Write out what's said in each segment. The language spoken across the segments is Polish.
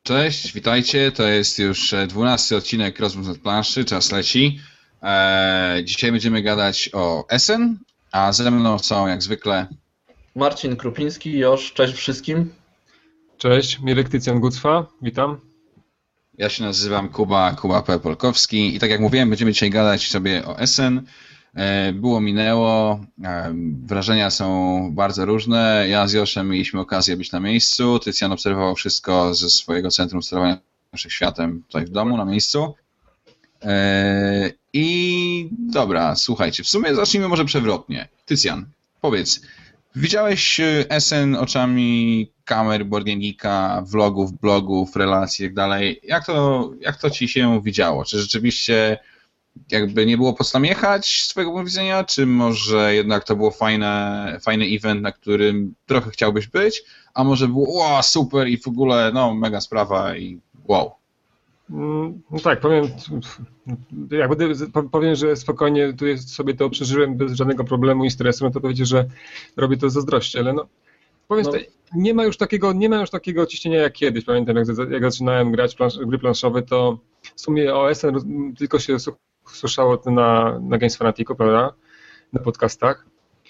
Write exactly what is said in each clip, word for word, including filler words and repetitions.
Cześć, witajcie. To jest już dwunasty odcinek Rozmów nad planszy, czas leci. Eee, dzisiaj będziemy gadać o Essen, a ze mną są jak zwykle Marcin Krupiński, Josz, cześć wszystkim. Cześć, Mirek Tycjan-Gucwa, witam. Ja się nazywam Kuba, Kuba P. Polkowski i tak jak mówiłem, będziemy dzisiaj gadać sobie o Essen. Eee, było, minęło, eee, wrażenia są bardzo różne. Ja z Joszem mieliśmy okazję być na miejscu. Tycjan obserwował wszystko ze swojego centrum sterowania wszechświatem tutaj w domu, na miejscu. Eee, I dobra, słuchajcie, w sumie zacznijmy może przewrotnie. Tycjan, powiedz, widziałeś Essen oczami kamer, Board Game Geeka, vlogów, blogów, relacji i tak dalej. Jak to, jak to ci się widziało? Czy rzeczywiście jakby nie było po co tam jechać z twojego punktu widzenia, czy może jednak to było fajne, fajny event, na którym trochę chciałbyś być, a może było wow, super i w ogóle no mega sprawa i wow. No tak, powiem, jak będę, powiem, że spokojnie tu jest, sobie to przeżyłem bez żadnego problemu i stresu, no to powiecie, że robię to z zazdrości, ale no powiem, no. nie ma już takiego, nie ma już takiego ciśnienia jak kiedyś. Pamiętam, jak, jak zaczynałem grać plansz, gry planszowe, to w sumie o Essen tylko się słyszało to na, na Games Fanaticu, prawda, na podcastach.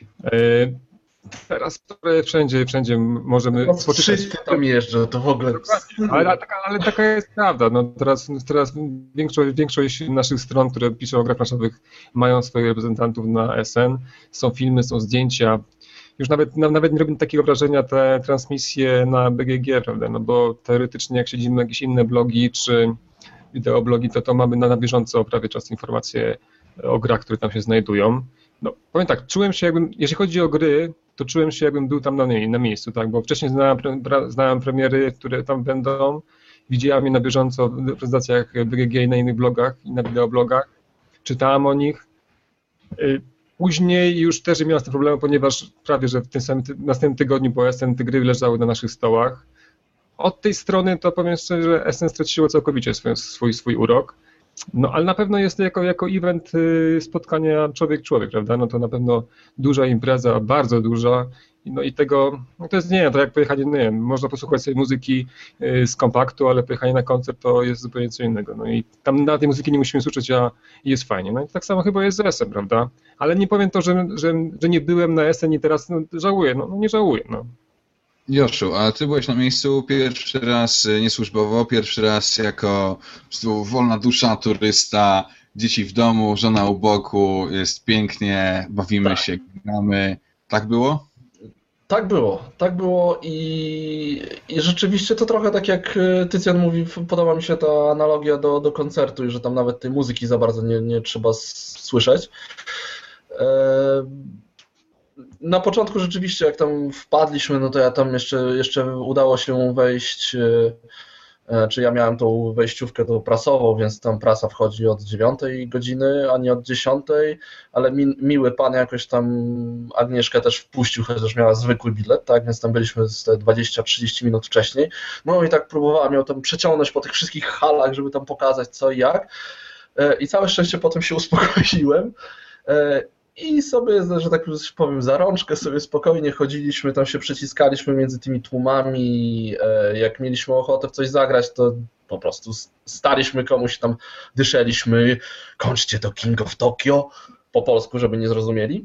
Teraz wszędzie, wszędzie możemy no, spotkać. Wszyscy tam jeżdżą, to w ogóle... Ale, ale, ale taka jest prawda. No teraz teraz większość, większość naszych stron, które piszą o grach planszowych, mają swoich reprezentantów na Essen. Są filmy, są zdjęcia. Już nawet, nawet nie robią takiego wrażenia te transmisje na B G G, prawda? No bo teoretycznie jak siedzimy na jakieś inne blogi czy wideoblogi, to to mamy na, na bieżąco prawie czas informacje o grach, które tam się znajdują. No, powiem tak, czułem się jakbym, jeśli chodzi o gry, to czułem się jakbym był tam na, na miejscu, tak, bo wcześniej znałem, znałem premiery, które tam będą, widziałem je na bieżąco w prezentacjach B G G i na innych blogach i na wideoblogach, czytałem o nich. Później już też nie miałem z tym problemu, ponieważ prawie, że w tym samym następnym tygodniu po Essen te gry leżały na naszych stołach. Od tej strony to powiem szczerze, że Essen straciło całkowicie swój, swój, swój urok. No ale na pewno jest to jako, jako event spotkania człowiek-człowiek, prawda? No to na pewno duża impreza, bardzo duża. No i tego, no to jest, nie wiem, to jak pojechanie, nie wiem, można posłuchać sobie muzyki z kompaktu, ale pojechanie na koncert to jest zupełnie co innego. No i tam na tej muzyki nie musimy słuchać, a jest fajnie. No i tak samo chyba jest z Essen, prawda? Ale nie powiem to, że, że, że nie byłem na Essen i teraz no, żałuję, no, no nie żałuję, no. Joszu, a ty byłeś na miejscu pierwszy raz niesłużbowo, pierwszy raz jako po prostu wolna dusza, turysta, dzieci w domu, żona u boku, jest pięknie, bawimy tak. się, gramy. Tak było? Tak było, tak było i, i rzeczywiście to trochę tak jak Tycjan mówi, podoba mi się ta analogia do, do koncertu i że tam nawet tej muzyki za bardzo nie, nie trzeba słyszeć. E Na początku rzeczywiście, jak tam wpadliśmy, no to ja tam jeszcze, jeszcze udało się wejść, czy ja miałem tą wejściówkę tą prasową, więc tam prasa wchodzi od dziewiątej godziny, a nie od dziesiątej, ale mi, miły pan jakoś tam Agnieszkę też wpuścił, chociaż miała zwykły bilet, tak, więc tam byliśmy dwadzieścia trzydzieści minut wcześniej. No i tak próbowałem ją tam przeciągnąć po tych wszystkich halach, żeby tam pokazać co i jak i całe szczęście potem się uspokoiłem. I sobie, że tak powiem, za rączkę sobie spokojnie chodziliśmy, tam się przyciskaliśmy między tymi tłumami, jak mieliśmy ochotę w coś zagrać, to po prostu staliśmy komuś tam, dyszeliśmy, kończcie to King of Tokyo, po polsku, żeby nie zrozumieli.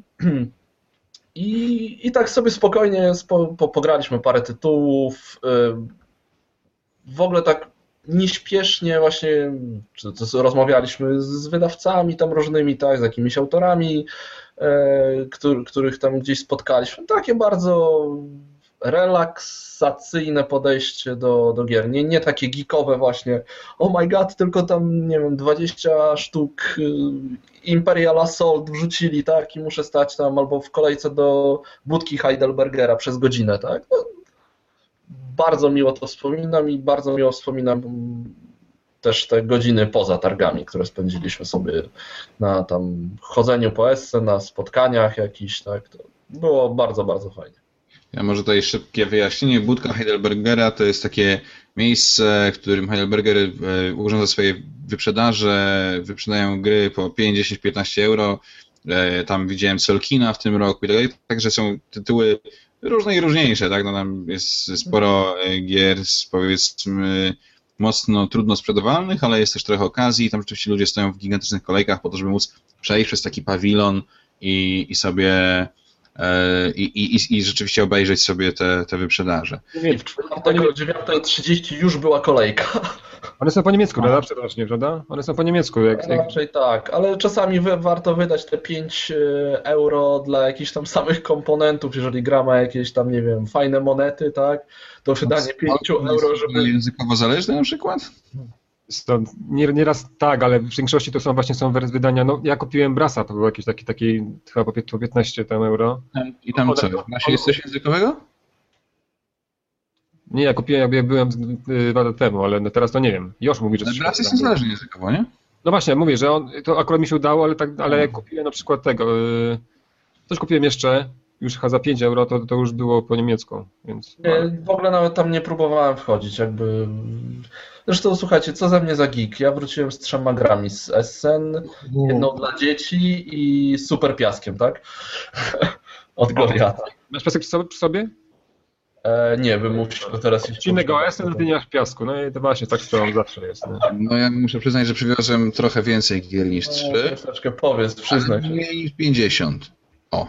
I, i tak sobie spokojnie spo, po, pograliśmy parę tytułów, w ogóle tak nieśpiesznie właśnie rozmawialiśmy z wydawcami tam różnymi, tak, z jakimiś autorami, e, który, których tam gdzieś spotkaliśmy. Takie bardzo relaksacyjne podejście do, do gier. Nie, nie takie geekowe właśnie, oh my god, tylko tam, nie wiem, dwadzieścia sztuk Imperial Assault wrzucili, tak, i muszę stać tam albo w kolejce do budki Heidelbergera przez godzinę, tak. No, bardzo miło to wspominam i bardzo miło wspominam też te godziny poza targami, które spędziliśmy sobie na tam chodzeniu po Essen, na spotkaniach jakichś, tak, to było bardzo, bardzo fajnie. Ja może tutaj szybkie wyjaśnienie. Budka Heidelbergera to jest takie miejsce, w którym Heidelberger urządza swoje wyprzedaże, wyprzedają gry po pięć, dziesięć, piętnaście euro. Tam widziałem Solkina w tym roku i tak dalej, także są tytuły różne i różniejsze, tak? No tam jest sporo gier z, powiedzmy mocno trudno sprzedawalnych, ale jest też trochę okazji. Tam rzeczywiście ludzie stoją w gigantycznych kolejkach po to, żeby móc przejść przez taki pawilon i, i sobie i, i, i rzeczywiście obejrzeć sobie te, te wyprzedaże. I w czwartek o dziewiąta trzydzieści już była kolejka. One są po niemiecku, prawda? Przepraszam, prawda? One są po niemiecku. Jak, jak... Raczej tak, ale czasami warto wydać te pięć euro dla jakichś tam samych komponentów, jeżeli gra ma jakieś tam, nie wiem, fajne monety, tak? To wydanie pięć euro, żeby... Językowo zależne na przykład? Stąd, nie, nieraz tak, ale w większości to są właśnie są wydania. No, ja kupiłem Brasa, to był jakiś taki, taki chyba po piętnaście tam euro. I tam co? W Brasie jest coś językowego? Nie, ja kupiłem, jak byłem dwa lata temu, ale no teraz to nie wiem. Josz mówi, że... Bras jest niezależny językowo, nie? No właśnie, mówię, że on, to akurat mi się udało, ale, tak, ale jak kupiłem na przykład tego, yy, coś kupiłem jeszcze, już chyba za pięć euro, to, to już było po niemiecku, więc... Nie, w ogóle nawet tam nie próbowałem wchodzić, jakby... Zresztą słuchajcie, co ze mnie za geek? Ja wróciłem z trzema grami z Essen, jedną dla dzieci i super piaskiem, tak? Od Goliata. Masz piasek przy sobie? E, nie, bym musiał go teraz iść. Innego Essen, to ty nie masz piasku, no i to właśnie tak to zawsze jest. No, no ja muszę przyznać, że przywiozłem trochę więcej gier niż trzy. No, troszeczkę powiedz, przyznaj się. Mniej niż pięćdziesiąt. O.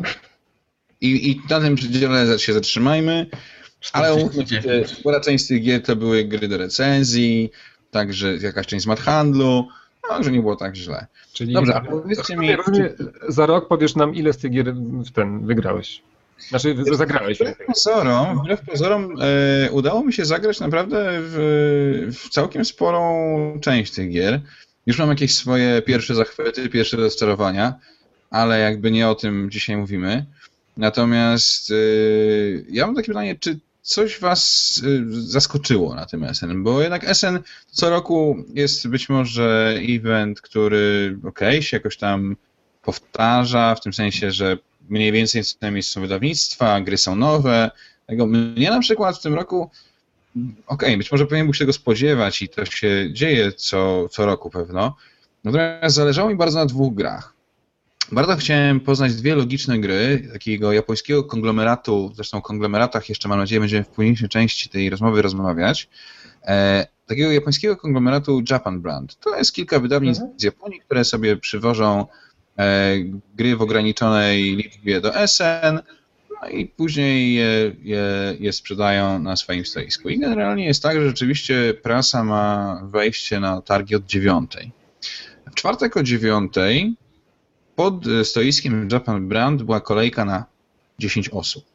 I, i na tym dziele się zatrzymajmy. Ale spora część z tych gier to były gry do recenzji, także jakaś część z Mad Handlu, no, że nie było tak źle. Czyli dobrze, a powiedzcie mi... Czy... Za rok powiesz nam, ile z tych gier w ten wygrałeś? Znaczy, zagrałeś. Wbrew pozorom, wbrew pozorom e, udało mi się zagrać naprawdę w, w całkiem sporą część tych gier. Już mam jakieś swoje pierwsze zachwyty, pierwsze rozczarowania, ale jakby nie o tym dzisiaj mówimy. Natomiast e, ja mam takie pytanie, czy coś was zaskoczyło na tym Essen? Bo jednak Essen co roku jest być może event, który okej, okay, się jakoś tam powtarza, w tym sensie, że mniej więcej w tym miejscu są wydawnictwa, gry są nowe. Tego mnie na przykład w tym roku, okej, okay, być może powinien był się tego spodziewać i to się dzieje co, co roku pewno. Natomiast zależało mi bardzo na dwóch grach. Bardzo chciałem poznać dwie logiczne gry takiego japońskiego konglomeratu, zresztą o konglomeratach jeszcze mam nadzieję będziemy w późniejszej części tej rozmowy rozmawiać, e, takiego japońskiego konglomeratu Japan Brand. To jest kilka wydawnictw mhm. z Japonii, które sobie przywożą e, gry w ograniczonej liczbie do Essen, no i później je, je, je sprzedają na swoim stoisku. I generalnie jest tak, że rzeczywiście prasa ma wejście na targi od dziewiątej. W czwartek o dziewiątej pod stoiskiem Japan Brand była kolejka na dziesięć osób.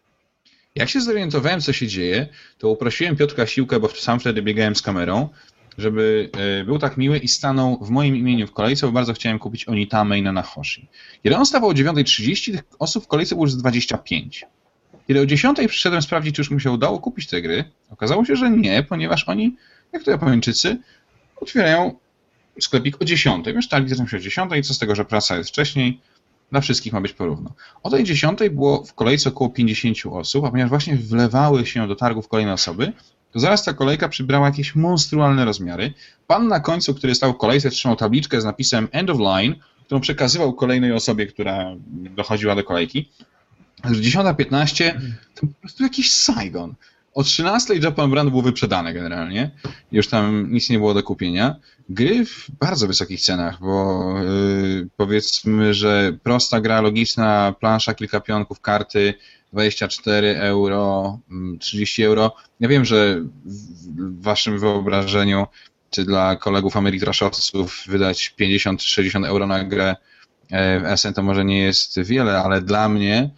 Jak się zorientowałem, co się dzieje, to uprosiłem Piotrka Siłkę, bo sam wtedy biegałem z kamerą, żeby był tak miły i stanął w moim imieniu w kolejce, bo bardzo chciałem kupić Onitame i Nanahoshi. Kiedy on stawał o dziewiąta trzydzieści, tych osób w kolejce było już dwadzieścia pięć. Kiedy o dziesiątej przyszedłem sprawdzić, czy już mi się udało kupić te gry, okazało się, że nie, ponieważ oni, jak to Japończycy, otwierają sklepik o dziesiątej. Wiesz, targi zaczną się o dziesiątej, co z tego, że prasa jest wcześniej, dla wszystkich ma być porówno. O tej dziesiątej było w kolejce około pięćdziesięciu osób, a ponieważ właśnie wlewały się do targów kolejne osoby, to zaraz ta kolejka przybrała jakieś monstrualne rozmiary. Pan na końcu, który stał w kolejce, trzymał tabliczkę z napisem End of Line, którą przekazywał kolejnej osobie, która dochodziła do kolejki. A dziesiąta piętnaście to po prostu jakiś Saigon. O trzynastej Japan Brand było wyprzedane generalnie. Już tam nic nie było do kupienia. Gry w bardzo wysokich cenach, bo yy, powiedzmy, że prosta gra logiczna, plansza, kilka pionków, karty, dwadzieścia cztery euro, trzydzieści euro. Ja wiem, że w waszym wyobrażeniu, czy dla kolegów ameritraszowców wydać pięćdziesiąt czy sześćdziesiąt euro na grę w Essen to może nie jest wiele, ale dla mnie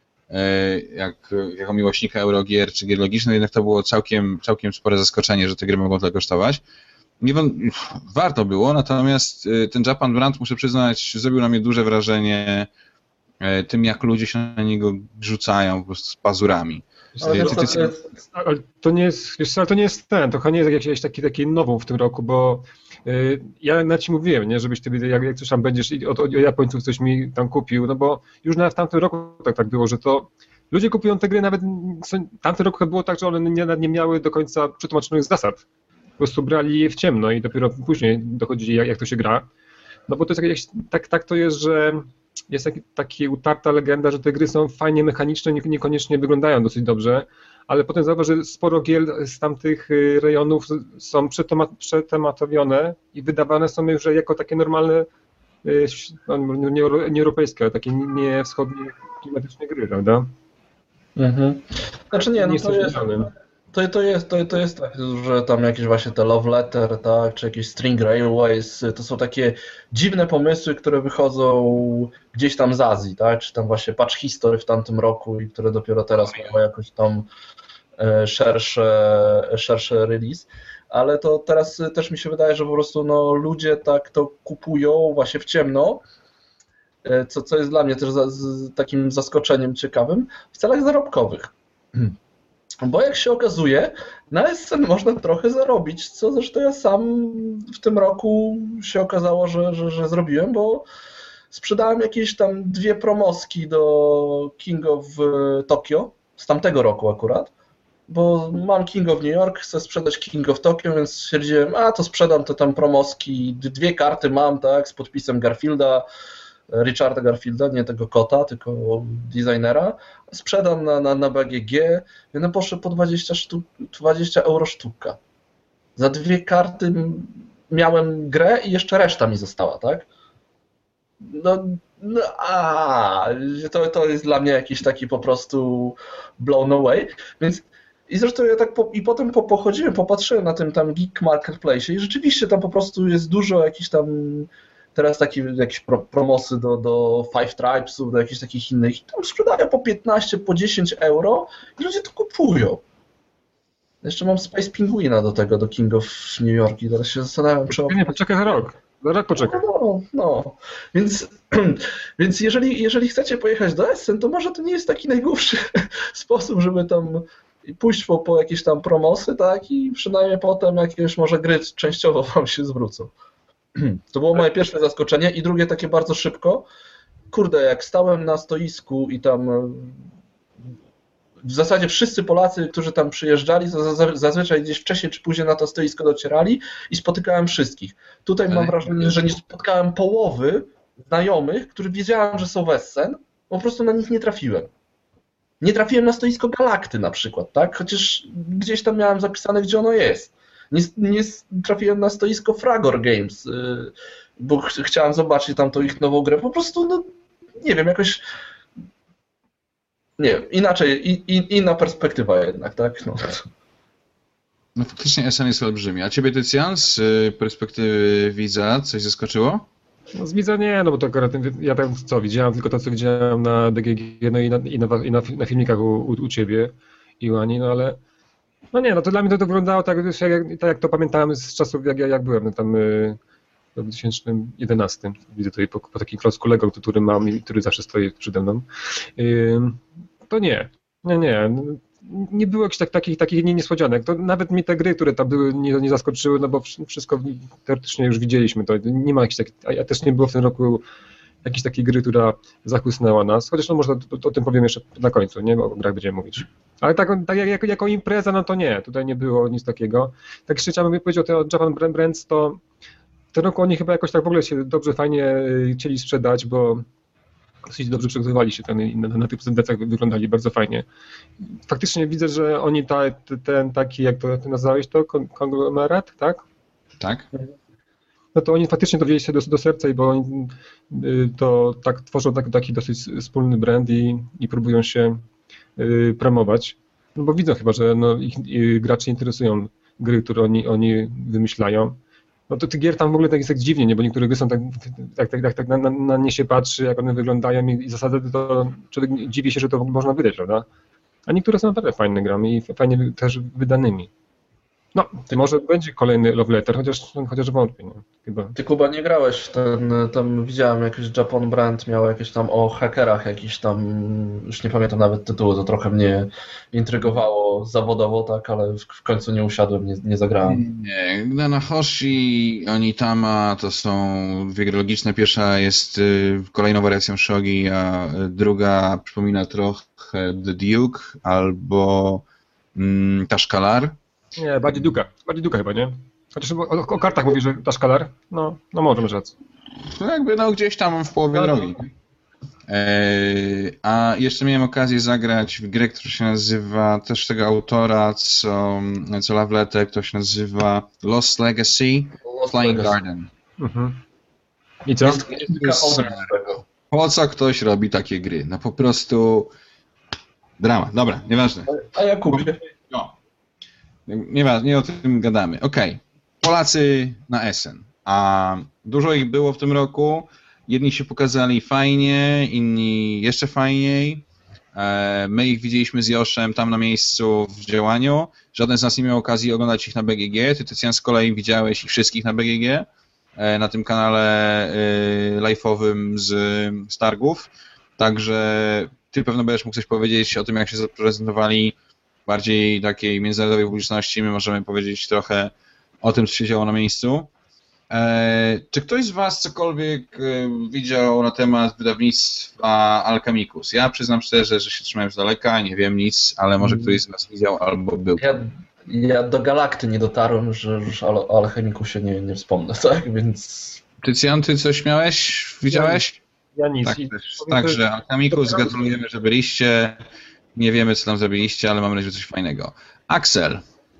Jak, jako miłośnika Eurogier czy gier logicznych, jednak to było całkiem, całkiem spore zaskoczenie, że te gry mogą tyle kosztować. Nie, warto było, natomiast ten Japan Brand, muszę przyznać, zrobił na mnie duże wrażenie tym, jak ludzie się na niego rzucają po prostu z pazurami. Ale to, to, jest, ale to nie jest, wiesz co, ale to nie jest ten, to nie jest jakiś taki, taki nową w tym roku, bo yy, ja na ci mówiłem, nie, żebyś ty, jak, jak coś tam będziesz od, od Japońców coś mi tam kupił, no bo już na, w tamtym roku tak, tak było, że to ludzie kupują te gry nawet, tamten rok było tak, że one nie, nie miały do końca przetłumaczonych zasad. Po prostu brali je w ciemno i dopiero później dochodzili, jak, jak to się gra. No bo to jest jakieś, tak, tak to jest, że jest taki, taki utarta legenda, że te gry są fajnie mechaniczne, nie, niekoniecznie wyglądają dosyć dobrze, ale potem zauważ, że sporo gier z tamtych rejonów są przetematowione i wydawane są już jako takie normalne, nie, nie europejskie, ale takie nie wschodnie klimatyczne gry, prawda? Mhm. Znaczy nie, no nie to jest, to, to, jest, to, to jest tak, że tam jakieś właśnie te Love Letter, tak, czy jakieś String Railways, to są takie dziwne pomysły, które wychodzą gdzieś tam z Azji, tak, czy tam właśnie Patch History w tamtym roku i które dopiero teraz mają jakoś tam szersze, szersze release, ale to teraz też mi się wydaje, że po prostu no, ludzie tak to kupują właśnie w ciemno, co, co jest dla mnie też za, z takim zaskoczeniem ciekawym, w celach zarobkowych. Bo jak się okazuje, na S N można trochę zarobić, co zresztą ja sam w tym roku się okazało, że, że, że zrobiłem, bo sprzedałem jakieś tam dwie promoski do King of Tokyo, z tamtego roku akurat, bo mam King of New York, chcę sprzedać King of Tokyo, więc stwierdziłem, a to sprzedam te tam promoski, dwie karty mam, tak, z podpisem Garfielda, Richarda Garfielda, nie tego kota, tylko designera, sprzedam na, na, na B G G, one poszły po dwadzieścia, sztuk, dwadzieścia euro sztuka. Za dwie karty miałem grę i jeszcze reszta mi została, tak? No, no a to, to jest dla mnie jakiś taki po prostu blown away, więc i zresztą ja tak po, i potem po, pochodziłem, popatrzyłem na tym tam Geek Marketplace i rzeczywiście tam po prostu jest dużo jakichś tam teraz takie jakieś pro, promosy do, do Five Tribesów, do jakichś takich innych i tam sprzedają po piętnaście, po dziesięć euro i ludzie to kupują. Jeszcze mam Space Penguina do tego, do King of New York i teraz się zastanawiam, czy... Nie, poczekaj za rok. Za rok poczekaj. No, no. Więc, więc jeżeli, jeżeli chcecie pojechać do Essen, to może to nie jest taki najgłupszy sposób, żeby tam pójść po, po jakieś tam promosy, tak, i przynajmniej potem jakieś może gry częściowo wam się zwrócą. To było moje pierwsze zaskoczenie i drugie takie bardzo szybko. Kurde, jak stałem na stoisku i tam w zasadzie wszyscy Polacy, którzy tam przyjeżdżali, zazwyczaj gdzieś wcześniej czy później na to stoisko docierali i spotykałem wszystkich. Tutaj mam wrażenie, że nie spotkałem połowy znajomych, których wiedziałem, że są w Essen, po prostu na nich nie trafiłem. Nie trafiłem na stoisko Galakty na przykład, tak? Chociaż gdzieś tam miałem zapisane, gdzie ono jest. Nie, nie trafiłem na stoisko Fragor Games, bo ch chciałem zobaczyć tam tą ich nową grę. Po prostu, no, nie wiem, jakoś... Nie, inaczej, i, i, inna perspektywa jednak, tak? No. No faktycznie S N jest olbrzymi. A ciebie, Tycjan, z perspektywy widza coś zaskoczyło? No z widza nie, no bo to akurat ja tam co widziałem, tylko to co widziałem na D G G, no i na, i na, i na, na filmikach u, u, u ciebie i u Ani, no ale no nie, no to dla mnie to, to wyglądało tak, wiesz, jak, tak jak to pamiętałem z czasów, jak, jak byłem no tam y, w dwa tysiące jedenastym. Widzę tutaj po, po takim klocku Lego, który mam i który zawsze stoi przede mną. Y, to nie, nie, nie. Nie było jakichś tak, takich, takich niespodzianek. To nawet mi te gry, które tam były, nie, nie zaskoczyły, no bo wszystko teoretycznie już widzieliśmy. To nie ma jakichś takich, a też nie było w tym roku jakiejś takiej gry, która zachłysnęła nas. Chociaż no może o, o tym powiem jeszcze na końcu, nie? Bo o grach będziemy mówić. Ale tak, tak jak, jako impreza, no to nie. Tutaj nie było nic takiego. Tak jeszcze chciałbym powiedzieć o Japan Brands, to w tym roku oni chyba jakoś tak w ogóle się dobrze, fajnie chcieli sprzedać, bo dosyć dobrze przygotowywali się ten, na, na tych prezentacjach, wyglądali bardzo fajnie. Faktycznie widzę, że oni ta, ten taki, jak to ty nazwałeś to, konglomerat, tak? Tak. No to oni faktycznie to wzięli się do, do serca i bo oni to tak tworzą tak, taki dosyć wspólny brand i, i próbują się y, promować. No bo widzą chyba, że no, ich y, graczy interesują gry, które oni, oni wymyślają. No to tych gier tam w ogóle tak jest tak dziwnie, nie? Bo niektóre gry są tak, tak, tak, tak, tak na, na nie się patrzy, jak one wyglądają i, i zasadę to człowiek dziwi się, że to można wydać, prawda? A niektóre są naprawdę fajne grami i fajnie też wydanymi. No, może będzie kolejny Love Letter, chociaż, chociaż wątpię, nie? Chyba. Ty, Kuba, nie grałeś w ten, tam widziałem jakiś Japan Brand, miał jakieś tam o hakerach, jakiś tam, już nie pamiętam nawet tytułu, to trochę mnie intrygowało zawodowo, tak, ale w, w końcu nie usiadłem, nie, nie zagrałem. Nie, Nanahoshi, Onitama to są dwie gry logiczne. Pierwsza jest y, kolejną wariacją Shogi, a druga przypomina trochę The Duke albo mm, Tashkalar. Nie, bardziej Duka, bardziej Duka chyba, nie? Chociaż o, o kartach mówi, że Tashkalar, no, no może masz rację. No jakby no gdzieś tam w połowie no, drogi. A jeszcze miałem okazję zagrać w grę, która się nazywa, też tego autora, co, co Loveletę, to się nazywa Lost Legacy, Lost Flying Legacy. Garden. Mhm. I co? Jest kilka omyłek z tego. Po co ktoś robi takie gry? No po prostu dramat. Dobra, nieważne. A ja kupię. No. Nie, nie o tym gadamy. Okej. Polacy na Essen. A dużo ich było w tym roku. Jedni się pokazali fajnie, inni jeszcze fajniej. My ich widzieliśmy z Joszem tam na miejscu w działaniu. Żaden z nas nie miał okazji oglądać ich na B G G. Ty, Tycjan, z kolei widziałeś ich wszystkich na B G G. Na tym kanale live'owym z, z targów. Także ty pewno będziesz mógł coś powiedzieć o tym, jak się zaprezentowali bardziej takiej międzynarodowej publiczności. My możemy powiedzieć trochę o tym, co się działo na miejscu. Eee, czy ktoś z was cokolwiek e, widział na temat wydawnictwa Alchemicus? Ja przyznam szczerze, że się trzymałem z daleka, nie wiem nic, ale może ktoś z was widział albo był. Ja, ja do Galakty nie dotarłem, że już o Alchemicusie nie, nie wspomnę, tak? Więc... Tycjan, ty coś miałeś? Widziałeś? Ja nic. Tak, I też. powiem, Także że- Alchemicus, gratulujemy, że byliście. Nie wiemy, co tam zrobiliście, ale mamy nadzieję, że coś fajnego. Axel,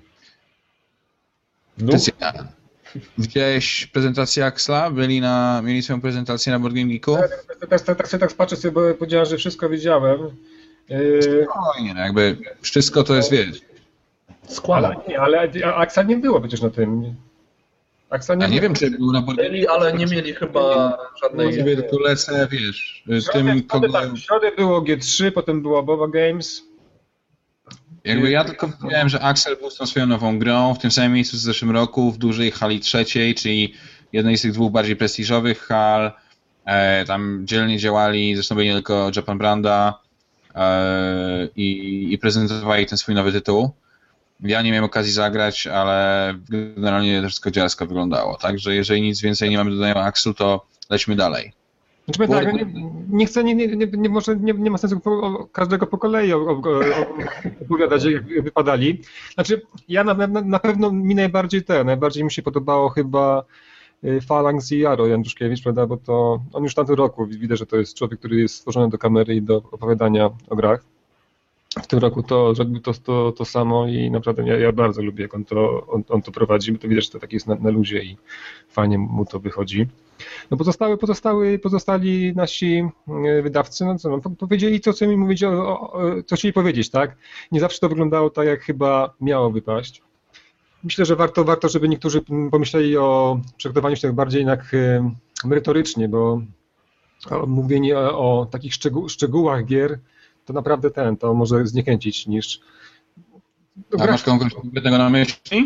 No, Tycjan, widziałeś prezentację Axla? Byli na, mieli swoją prezentację na Board Game Geeku? Tak, tak, tak, tak sobie tak patrzę sobie, bo powiedziałem, że wszystko widziałem. Yy, Spokojnie, no jakby wszystko to jest, wiesz. składam. ale, nie, ale Aksa nie było przecież na tym. Aksa nie Ja nie było. wiem, czy był na Board Game Byli, ale nie mieli chyba żadnej... Sobie tylko lecę, wiesz, W środę, tym, w środę, kogo... tak, w środę było G trzy, potem była Boba Games. Jakby ja tylko wiedziałem, że Axel był z tą swoją nową grą w tym samym miejscu w zeszłym roku, w dużej hali trzeciej, czyli jednej z tych dwóch bardziej prestiżowych hal. E, tam dzielnie działali, zresztą byli nie tylko Japan Branda e, i, i prezentowali ten swój nowy tytuł. Ja nie miałem okazji zagrać, ale generalnie to wszystko dziarsko wyglądało. Także jeżeli nic więcej nie mamy do dodania o Axlu, to lećmy dalej. Znaczy, tak, no nie, nie chcę, nie, nie, nie, nie, może, nie, nie ma sensu po, o, każdego po kolei o, o, o, opowiadać, jak wypadali. Znaczy, ja na, na, na pewno mi najbardziej te, najbardziej mi się podobało chyba Phalanx i Jaro Jandruszkiewicz, prawda, bo to on już w tamtym roku, widać, że to jest człowiek, który jest stworzony do kamery i do opowiadania o grach. W tym roku to zrobił to, to, to samo i naprawdę ja, ja bardzo lubię, jak on to, on, on to prowadzi, bo to widać, że to tak jest na, na luzie i fajnie mu to wychodzi. No pozostały, pozostały, pozostali nasi wydawcy, no co, no, powiedzieli to, co mi mówić, o, o, co chcieli powiedzieć, tak? Nie zawsze to wyglądało tak, jak chyba miało wypaść. Myślę, że warto, warto, żeby niektórzy pomyśleli o przygotowaniu się tak bardziej jednak merytorycznie, bo mówienie o, o takich szczegół, szczegółach gier to naprawdę ten, to może zniechęcić niż... A masz kogoś konkretnego na myśli?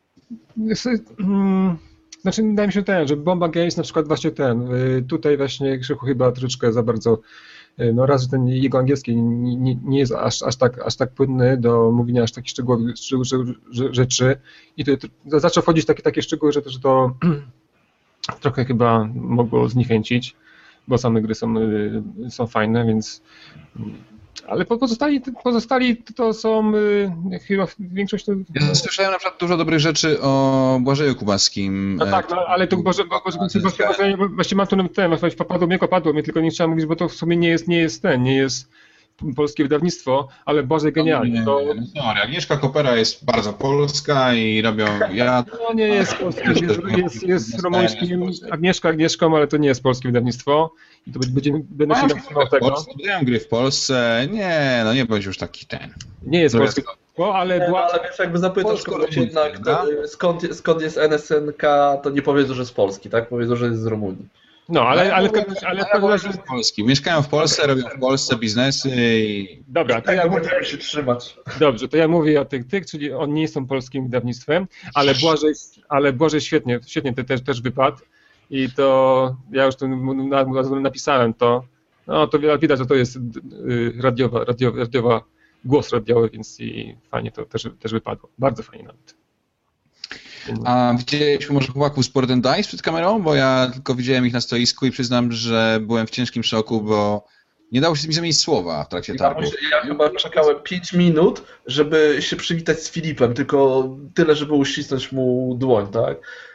Znaczy, wydaje mi się ten, że Bomba Games na przykład właśnie ten, tutaj właśnie Krzychu chyba troszeczkę za bardzo, no raz, że ten jego angielski nie, nie, nie jest aż, aż, tak, aż tak płynny do mówienia aż takich szczegółowych rzeczy i to, to zaczął wchodzić takie, takie szczegóły, że to, że to trochę chyba mogło zniechęcić, bo same gry są, są fajne, więc... Ale pozostali, pozostali to są chyba większość to... Ja słyszałem na przykład dużo dobrych rzeczy o Błażeju Kubaskim. No tak, no, ale to Boże, Boże, Boże, Boże, właśnie mam tu ten, popadło mnie, kopadło mnie, tylko nie trzeba mówić, bo to w sumie nie jest, nie jest ten, nie jest polskie wydawnictwo, ale Boże, genialnie. To... Sorry, Agnieszka Kopera jest bardzo polska i robią... Ja... To nie jest polskie, jest, jest, jest rumuńskim, Agnieszka Agnieszką, ale to nie jest polskie wydawnictwo i to będzie, będę się nauczył tego. Wydają gry w Polsce, nie, no nie bądź już taki ten. Nie jest polskie wydawnictwo, ale... Nie, była... no, ale wiesz, jakby zapytasz kogoś jednak, to, skąd, skąd jest N S N K, to nie powiedzą, że jest polski, tak? Powiedzą, że jest z Rumunii. No, ale, ale, ale, ale w każdym razie... Polski. Mieszkają w Polsce, robią w Polsce biznesy i... Dobra, to ja Tak, mówię, będziemy się trzymać. dobrze, to ja mówię o tych, tych, czyli oni nie są polskim wydawnictwem, ale Błażej, ale Błażej świetnie, świetnie te, też, też wypadł i to ja już tu napisałem to, no to widać, że to jest radiowa, radiowa, radiowa głos radiowy, więc i fajnie to też, też wypadło, bardzo fajnie nawet. A widzieliśmy może chłopaków z Board and Dice przed kamerą? Bo ja tylko widziałem ich na stoisku i przyznam, że byłem w ciężkim szoku, bo nie dało się mi zamienić słowa w trakcie targu. Ja chyba czekałem pięć minut, żeby się przywitać z Filipem, tylko tyle, żeby uścisnąć mu dłoń, tak?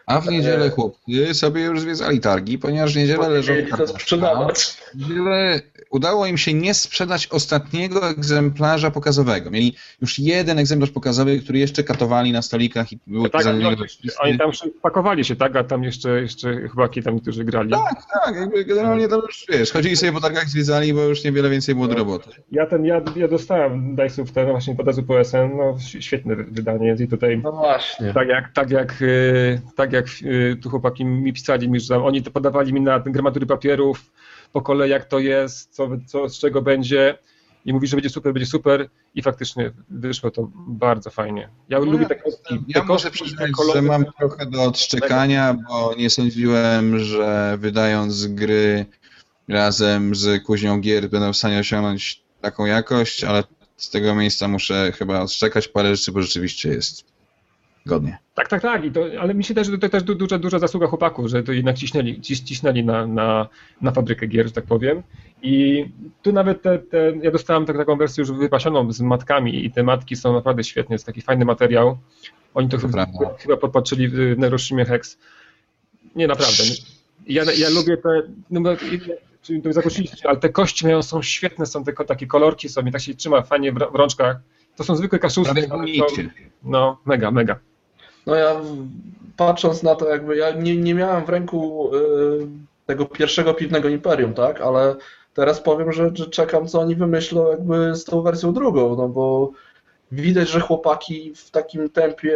A w niedzielę chłopcy sobie już zwiedzali targi, ponieważ w niedzielę leżą Mieli to sprzedawać. W niedzielę udało im się nie sprzedać ostatniego egzemplarza pokazowego. Mieli już jeden egzemplarz pokazowy, który jeszcze katowali na stolikach i były Tak, za oni, niego oni tam pakowali się, tak? A tam jeszcze, jeszcze chłopaki tam, którzy grali. Tak, tak, jakby generalnie to już, wiesz, chodzili sobie po targach, zwiedzali, bo już niewiele więcej było do roboty. Ja ten, ja, ja dostałem Dice'ów ten właśnie po po S N, no świetne wydanie jest i tutaj No właśnie. tak jak, tak jak, y, tak jak y, tu chłopaki mi pisali, mi, że tam, oni to podawali mi na gramatury papierów po kolei jak to jest, co, co, z czego będzie i mówi, że będzie super, będzie super i faktycznie wyszło to bardzo fajnie. Ja No, lubię te kostki. Ja te muszę kostki, przyznać, te kolory, że mam trochę do odszczekania, bo nie sądziłem, że wydając gry razem z kuźnią gier będą w stanie osiągnąć taką jakość, ale z tego miejsca muszę chyba odszczekać parę rzeczy, bo rzeczywiście jest godnie. Tak, tak, tak. I to, ale mi się też, to też duża, duża zasługa chłopaków, że to jednak ciśnęli, cis, cisnęli na, na, na fabrykę gier, że tak powiem. I tu nawet te, te, ja dostałem tak, taką wersję już wypasioną z matkami i te matki są naprawdę świetne, jest taki fajny materiał. Oni to, To chyba, prawda. chyba podpatrzyli w Neuroshimie Hex. Nie, naprawdę. Ja, ja lubię te, no, bo- czyli to zakończyliście, ale te kości mają, są świetne, są te, takie kolorki są i tak się trzyma fajnie w, w rączkach. To są zwykłe kaszusy. Prawie ale jak to- nicie. No, mega, mega. No ja w- patrząc na to, jakby ja nie, nie miałem w ręku y, tego pierwszego Piwnego Imperium, tak? Ale teraz powiem, że, że czekam, co oni wymyślą jakby z tą wersją drugą, no bo widać, że chłopaki w takim tempie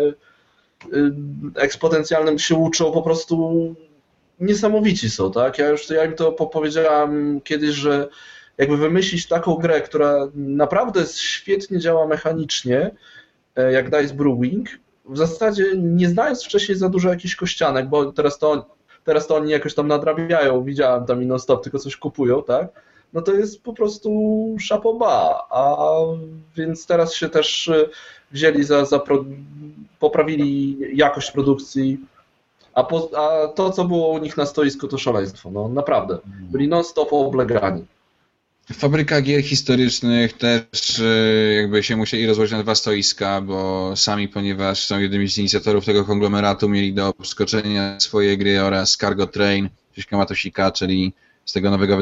y, eksponencjalnym się uczą, po prostu niesamowici są, tak? Ja już ja im to po- powiedziałem kiedyś, że jakby wymyślić taką grę, która naprawdę świetnie działa mechanicznie, e, jak Dice Brewing, w zasadzie nie znając wcześniej za dużo jakichś kościanek, bo teraz to, teraz to oni jakoś tam nadrabiają, widziałem tam i non stop tylko coś kupują, tak? No to jest po prostu chapeau bas, a więc teraz się też e, wzięli za, za pro, poprawili jakość produkcji, a, po, a to, co było u nich na stoisku, to szaleństwo, no naprawdę. Byli non-stop oblegani. Fabryka gier historycznych też y, jakby się musieli rozłożyć na dwa stoiska, bo sami, ponieważ są jednymi z inicjatorów tego konglomeratu, mieli do obskoczenia swoje gry oraz Cargo Train, Krzyśka Matosika, czyli z tego nowego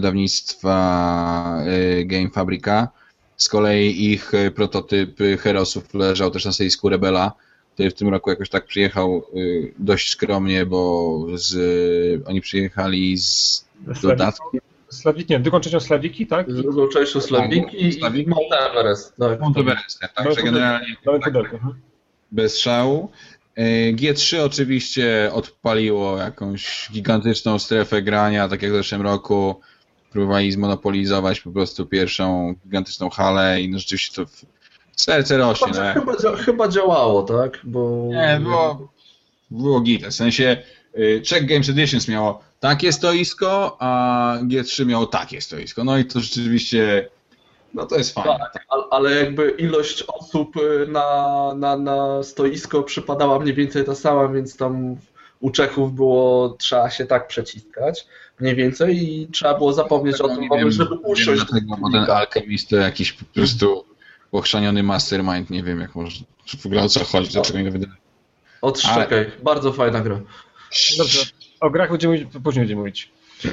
wydawnictwa y, Game Fabrica. Z kolei ich y, prototyp y, Herosów leżał też na stoisku Rebela, który w tym roku jakoś tak przyjechał y, dość skromnie, bo z, y, oni przyjechali z dodatkiem. Slawik, nie, drugą częścią Slawiki, tak? Z drugą częścią Slawiki i Slawiki. Mount Everest. Tak. Mount Everest, także generalnie Nowe tak, pudełko. mhm. bez szału. E, G trzy oczywiście odpaliło jakąś gigantyczną strefę grania, tak jak w zeszłym roku. Próbowali zmonopolizować po prostu pierwszą gigantyczną halę i no rzeczywiście to w serce rośnie. Chyba, No. chyba, dzia- chyba działało, tak? Bo... Nie, było, było git. W sensie y, Czech Games Editions miało takie stoisko, a G trzy miało takie stoisko. No i to rzeczywiście, no to jest fajne. Tak, al- ale jakby ilość osób y, na, na, na stoisko przypadała mniej więcej ta sama, więc tam u Czechów było, trzeba się tak przeciskać mniej więcej i trzeba było zapomnieć o tym, Nie wiem, żeby nie wiem usiąść. dlatego, bo ten Alchemist to jakiś po prostu pochrzaniony mastermind, nie wiem jak może, w ogóle o co chodzi, dlaczego nie wydaje. Odszczekaj, bardzo fajna gra. Dobrze, o grach będziemy mówić, później będziemy mówić.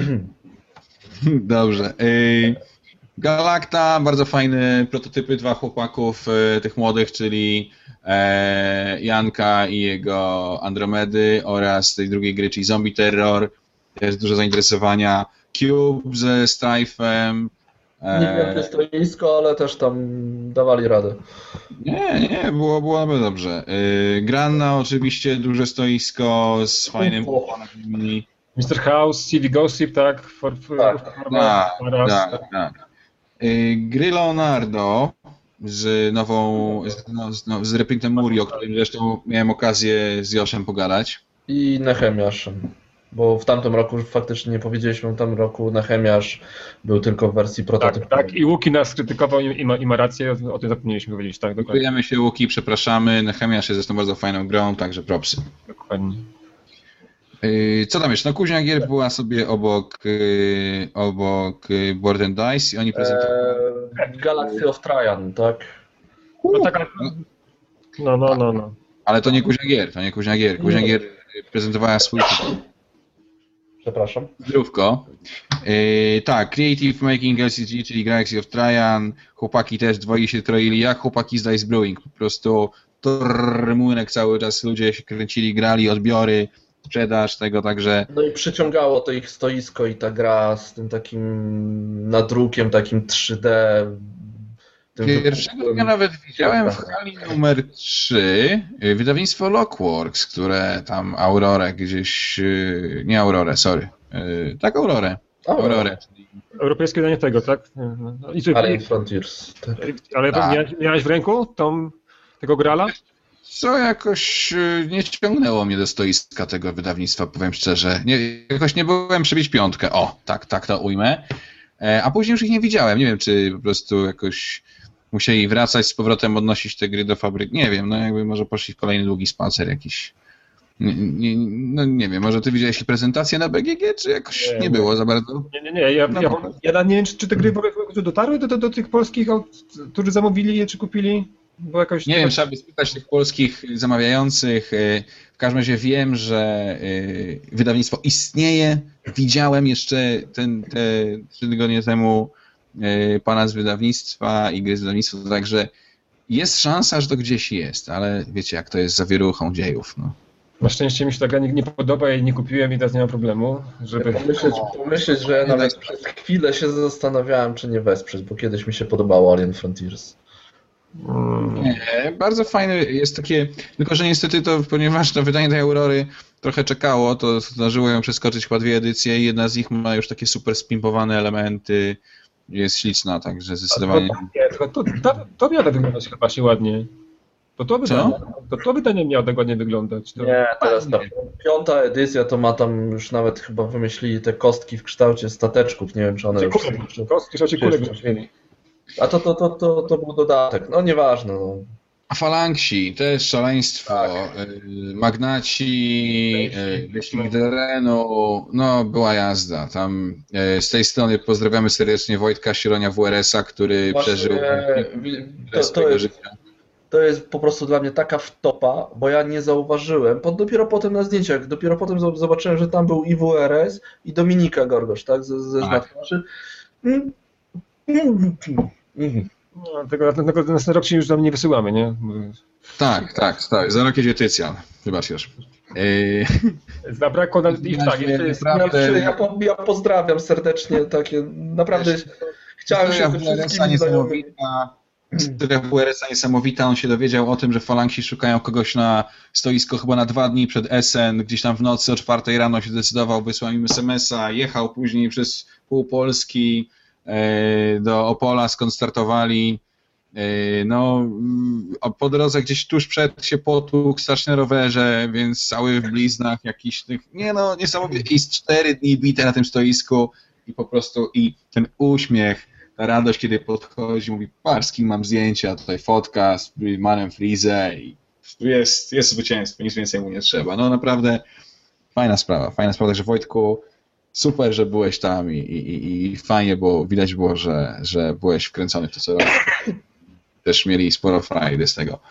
Dobrze. Ej, Galacta, bardzo fajne prototypy, dwa chłopaków e, tych młodych, czyli e, Janka i jego Andromedy oraz tej drugiej gry, czyli Zombie Terror. Też dużo zainteresowania. Cube ze Strife'em. Niewielkie stoisko, ale też tam dawali radę. Nie, nie, było, było naprawdę dobrze. Yy, Granna oczywiście, duże stoisko z fajnym Ufo. układami. mister House, C V Gossip, tak? For, for, Tak, for, Tak, oraz- tak, tak. Yy, Gry Leonardo z nową, z, no, z, no, z reprintem Muri, o którym zresztą miałem okazję z Joszem pogadać. I Nehemiaszem. Bo w tamtym roku, już faktycznie nie powiedzieliśmy, w tamtym roku Nehemiasz był tylko w wersji tak, prototypowej. tak. I Łuki nas krytykował i, i, ma, i ma rację, o tym zapomnieliśmy powiedzieć, tak, dokładnie. Dziękujemy się, Łuki, przepraszamy. Nehemiasz jest zresztą bardzo fajną grą, także propsy. dokładnie. Yy, Co tam jeszcze? No Kuźnia Gier była sobie obok, yy, obok yy, Board and Dice i oni prezentowali. Eee, Galaxy of Traian, tak? No, taka, no, no, no, no. Ale to nie Kuźnia Gier, to nie Kuźnia Gier. Kuźnia Gier prezentowała swój Przepraszam. zdrówko. Yy, tak, Creative Making L C G, czyli Galaxy of Traian. Chłopaki też dwoje się troili, jak chłopaki z Dice Brewing. Po prostu młynek cały czas, ludzie się kręcili, grali, odbiory, sprzedaż tego, także... No i przyciągało to ich stoisko i ta gra z tym takim nadrukiem, takim trzy D. Tym Pierwszego dnia nawet widziałem w hali numer trzy wydawnictwo Lockworks, które tam Aurorę gdzieś... Nie Aurorę, sorry. Tak, Aurorę. Aurorę. Europejskie wydanie tego, tak? No, i Alien Frontiers. Tak. Ale tak. Miałeś, miałeś w ręku tą, tego grala? Co jakoś nie ściągnęło mnie do stoiska tego wydawnictwa, powiem szczerze. Nie, jakoś nie byłem przybić piątkę. O, tak, tak to ujmę. A później już ich nie widziałem. Nie wiem, czy po prostu jakoś musieli wracać z powrotem, odnosić te gry do fabryk. Nie wiem, no jakby może poszli w kolejny długi spacer jakiś. Nie, nie, no nie wiem, może ty widziałeś prezentację na B G G, czy jakoś nie, nie było za bardzo? Nie, nie, nie. Ja, no, ja, ja nie wiem, czy te gry w ogóle dotarły do, do, do tych polskich, którzy zamówili je, czy kupili? Bo jakoś... Nie wiem, trzeba by spytać tych polskich zamawiających. W każdym razie wiem, że wydawnictwo istnieje. Widziałem jeszcze ten, te trzy tygodnie temu pana z wydawnictwa i gry z wydawnictwa, także jest szansa, że to gdzieś jest, ale wiecie, jak to jest za wieruchą dziejów. No. Na szczęście mi się ta gra nie, nie podoba i nie kupiłem i teraz nie ma problemu, żeby... Pomyśleć, pomyśleć, że ja nawet przez chwilę się zastanawiałem, czy nie wesprzeć, bo kiedyś mi się podobało Alien Frontiers. Nie, bardzo fajne jest takie, tylko że niestety to, ponieważ to wydanie tej Aurory trochę czekało, to zdarzyło ją przeskoczyć chyba dwie edycje i jedna z nich ma już takie super spimpowane elementy, jest śliczna, także zdecydowanie... To, to, to, to miało wyglądać chyba się ładnie. To to wydanie, to, to wydanie miało tak ładnie wyglądać. To... Nie, teraz ta piąta edycja to ma tam już nawet chyba wymyślili te kostki w kształcie stateczków, nie wiem czy one już... Kule, kostki w kształcie kulek wymyślili. A to, to, to, to, to był dodatek, no nieważne. No. A Falangsi, to jest szaleństwo, tak. Magnaci, Leśnik Terenu, no była jazda. Tam z tej strony pozdrawiamy serdecznie Wojtka Sieronia W R S-a, który Właśnie, przeżył to, to, jest, to jest po prostu dla mnie taka wtopa, bo ja nie zauważyłem, dopiero potem na zdjęciach, dopiero potem zobaczyłem, że tam był i W R S i Dominika Gorgosz, tak, ze, ze tak. Mhm. No, tego, tego następny rok się już tam nie wysyłamy, nie? Tak, tak, tak. Za rok jest edycja. Wybacz już. Yy... Zabrakło nam... I tak, jeszcze jest... Naprawdę... ja, po, ja pozdrawiam serdecznie takie, naprawdę Wiesz, chciałem się ze wszystkimi znajomymi. Historia W R S-a niesamowita, on się dowiedział o tym, że Falangsi szukają kogoś na stoisko chyba na dwa dni przed Essen, gdzieś tam w nocy o czwartej rano się zdecydował, wysłał im es em es a, jechał później przez pół Polski do Opola, skąd startowali. No, po drodze gdzieś tuż przed się potłukł strasznie na rowerze, więc cały w bliznach jakiś tych, nie no, niesamowite. I z cztery dni bite na tym stoisku i po prostu i ten uśmiech, ta radość, kiedy podchodzi, mówi, patrz, z kim mam zdjęcia, tutaj fotka z Manem Freeze i jest, jest zwycięstwo, nic więcej mu nie trzeba. No naprawdę fajna sprawa, fajna sprawa, także Wojtku, super, że byłeś tam i, i, i fajnie było, widać było, że, że byłeś wkręcony w to, co robisz. Też mieli sporo frajdy z tego.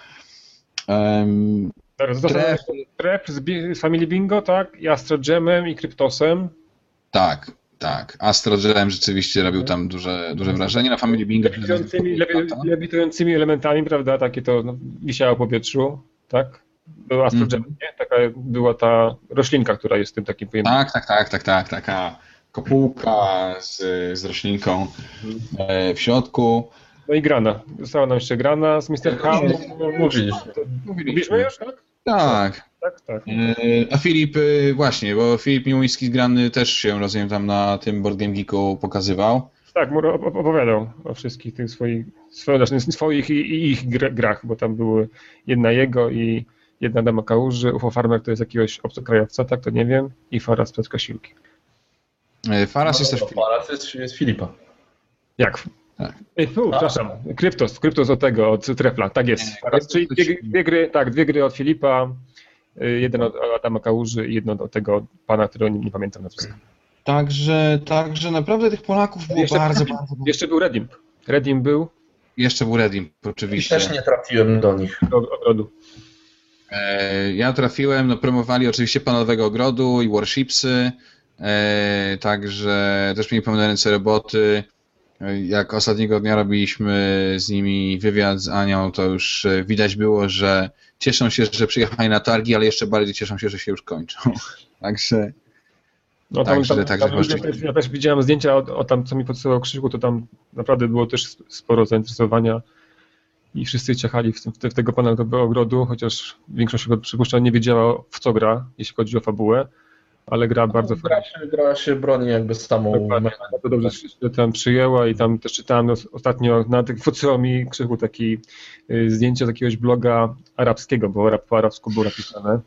Um, Tref... Tref z, z Family Bingo, tak? I Astro Gemem i Kryptosem. Tak, tak. Astro Gem rzeczywiście robił tam duże, duże wrażenie. Na Family Bingo... Lewitującymi, lewitującymi elementami, prawda? Takie to no, wisiało w powietrzu, tak? Był Astro Gem, mm. nie? Taka była ta roślinka, która jest tym takim pojemnikiem. Tak, tak, tak, tak, tak. Taka kopułka z, z roślinką e, w środku. No i grana. Została nam jeszcze grana z mister K. Mówiliśmy. Mówiliśmy już, tak? Tak. Tak, tak. E, a Filip, właśnie, bo Filip Miłoński z grany też się, rozumiem, tam na tym Board Game Geeku pokazywał. Tak, opowiadał o wszystkich tych swoich, swoich i, i ich grach, bo tam były jedna jego i jedna Dama Kałuży, U F O Farmer to jest jakiegoś obcokrajowca, tak, to nie wiem, i Faras Plec Kasiłki. Faras no, jest też... Faras jest, jest Filipa. Jak? Tak. Ej, fu, przepraszam, Kryptos, Kryptos od tego, od Trefla, tak jest. Faras, czyli dwie, dwie gry, tak, dwie gry od Filipa, jeden od Adama Kałuży i jedno od tego pana, którego nie, nie pamiętam nazwiska. Także, także naprawdę tych Polaków było jeszcze bardzo, Redim. bardzo... Jeszcze był Redim. Redim był. Jeszcze był Redim, oczywiście. I też nie trafiłem do nich. Do ogrodu. E, ja trafiłem, no promowali oczywiście Panowego Ogrodu i Warshipsy, e, także też mieli pełne ręce roboty. Jak ostatniego dnia robiliśmy z nimi wywiad z Anią, to już widać było, że cieszą się, że przyjechali na targi, ale jeszcze bardziej cieszą się, że się już kończą. Także... No tam, Także, tam, także tam, tam też, ja też widziałem zdjęcia o, o tam, co mi podsyłał Krzyku, to tam naprawdę było też sporo zainteresowania i wszyscy ciechali w, tym, w tego Panowego Ogrodu, chociaż większość chyba przypuszczam nie wiedziała, w co gra, jeśli chodzi o fabułę, ale gra no, bardzo gra się, gra się broni jakby z samą... Bardzo dobrze się tam przyjęła i tam też czytałem ostatnio, na tych podsyłał mi Krzyku taki y, zdjęcie z jakiegoś bloga arabskiego, bo po arabsku było napisane.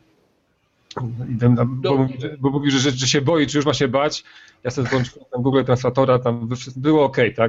I ten, bo, mówi, bo mówi, że, że się boi, czy już ma się bać. Ja sobie włączyłem tam Google Translatora, tam było ok, tak?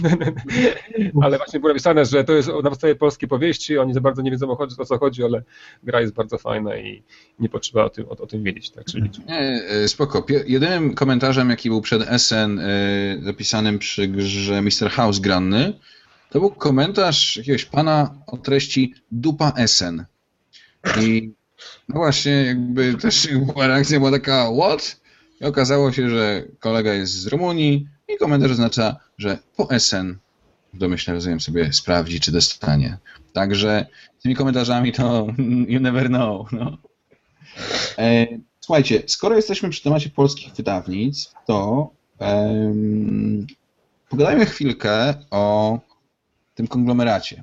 Ale właśnie było napisane, że to jest na podstawie polskiej powieści, oni za bardzo nie wiedzą o co chodzi, ale gra jest bardzo fajna i nie potrzeba o tym, o, o tym wiedzieć. Tak? Czyli... Nie, spoko. Jedynym komentarzem, jaki był przed S N zapisanym przy grze mister House Granny, to był komentarz jakiegoś pana o treści dupa S N. I no właśnie, jakby też reakcja była taka what? I okazało się, że kolega jest z Rumunii i komentarz oznacza, że po S N w domyśle rozumiem sobie sprawdzi, czy dostanie. Także z tymi komentarzami to you never know. No. E, słuchajcie, skoro jesteśmy przy temacie polskich wydawnictw, to um, pogadajmy chwilkę o tym konglomeracie,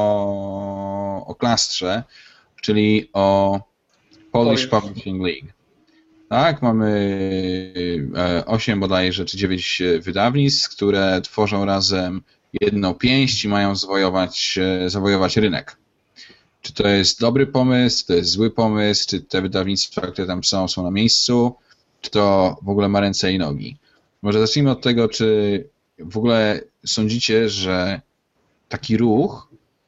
o, o klastrze, czyli o Polish Publishing League. Tak, mamy osiem bodajże, czy dziewięć wydawnictw, które tworzą razem jedną pięść i mają zwojować, zawojować rynek. Czy to jest dobry pomysł, czy to jest zły pomysł, czy te wydawnictwa, które tam są, są na miejscu, czy to w ogóle ma ręce i nogi. Może zacznijmy od tego, czy w ogóle sądzicie, że taki ruch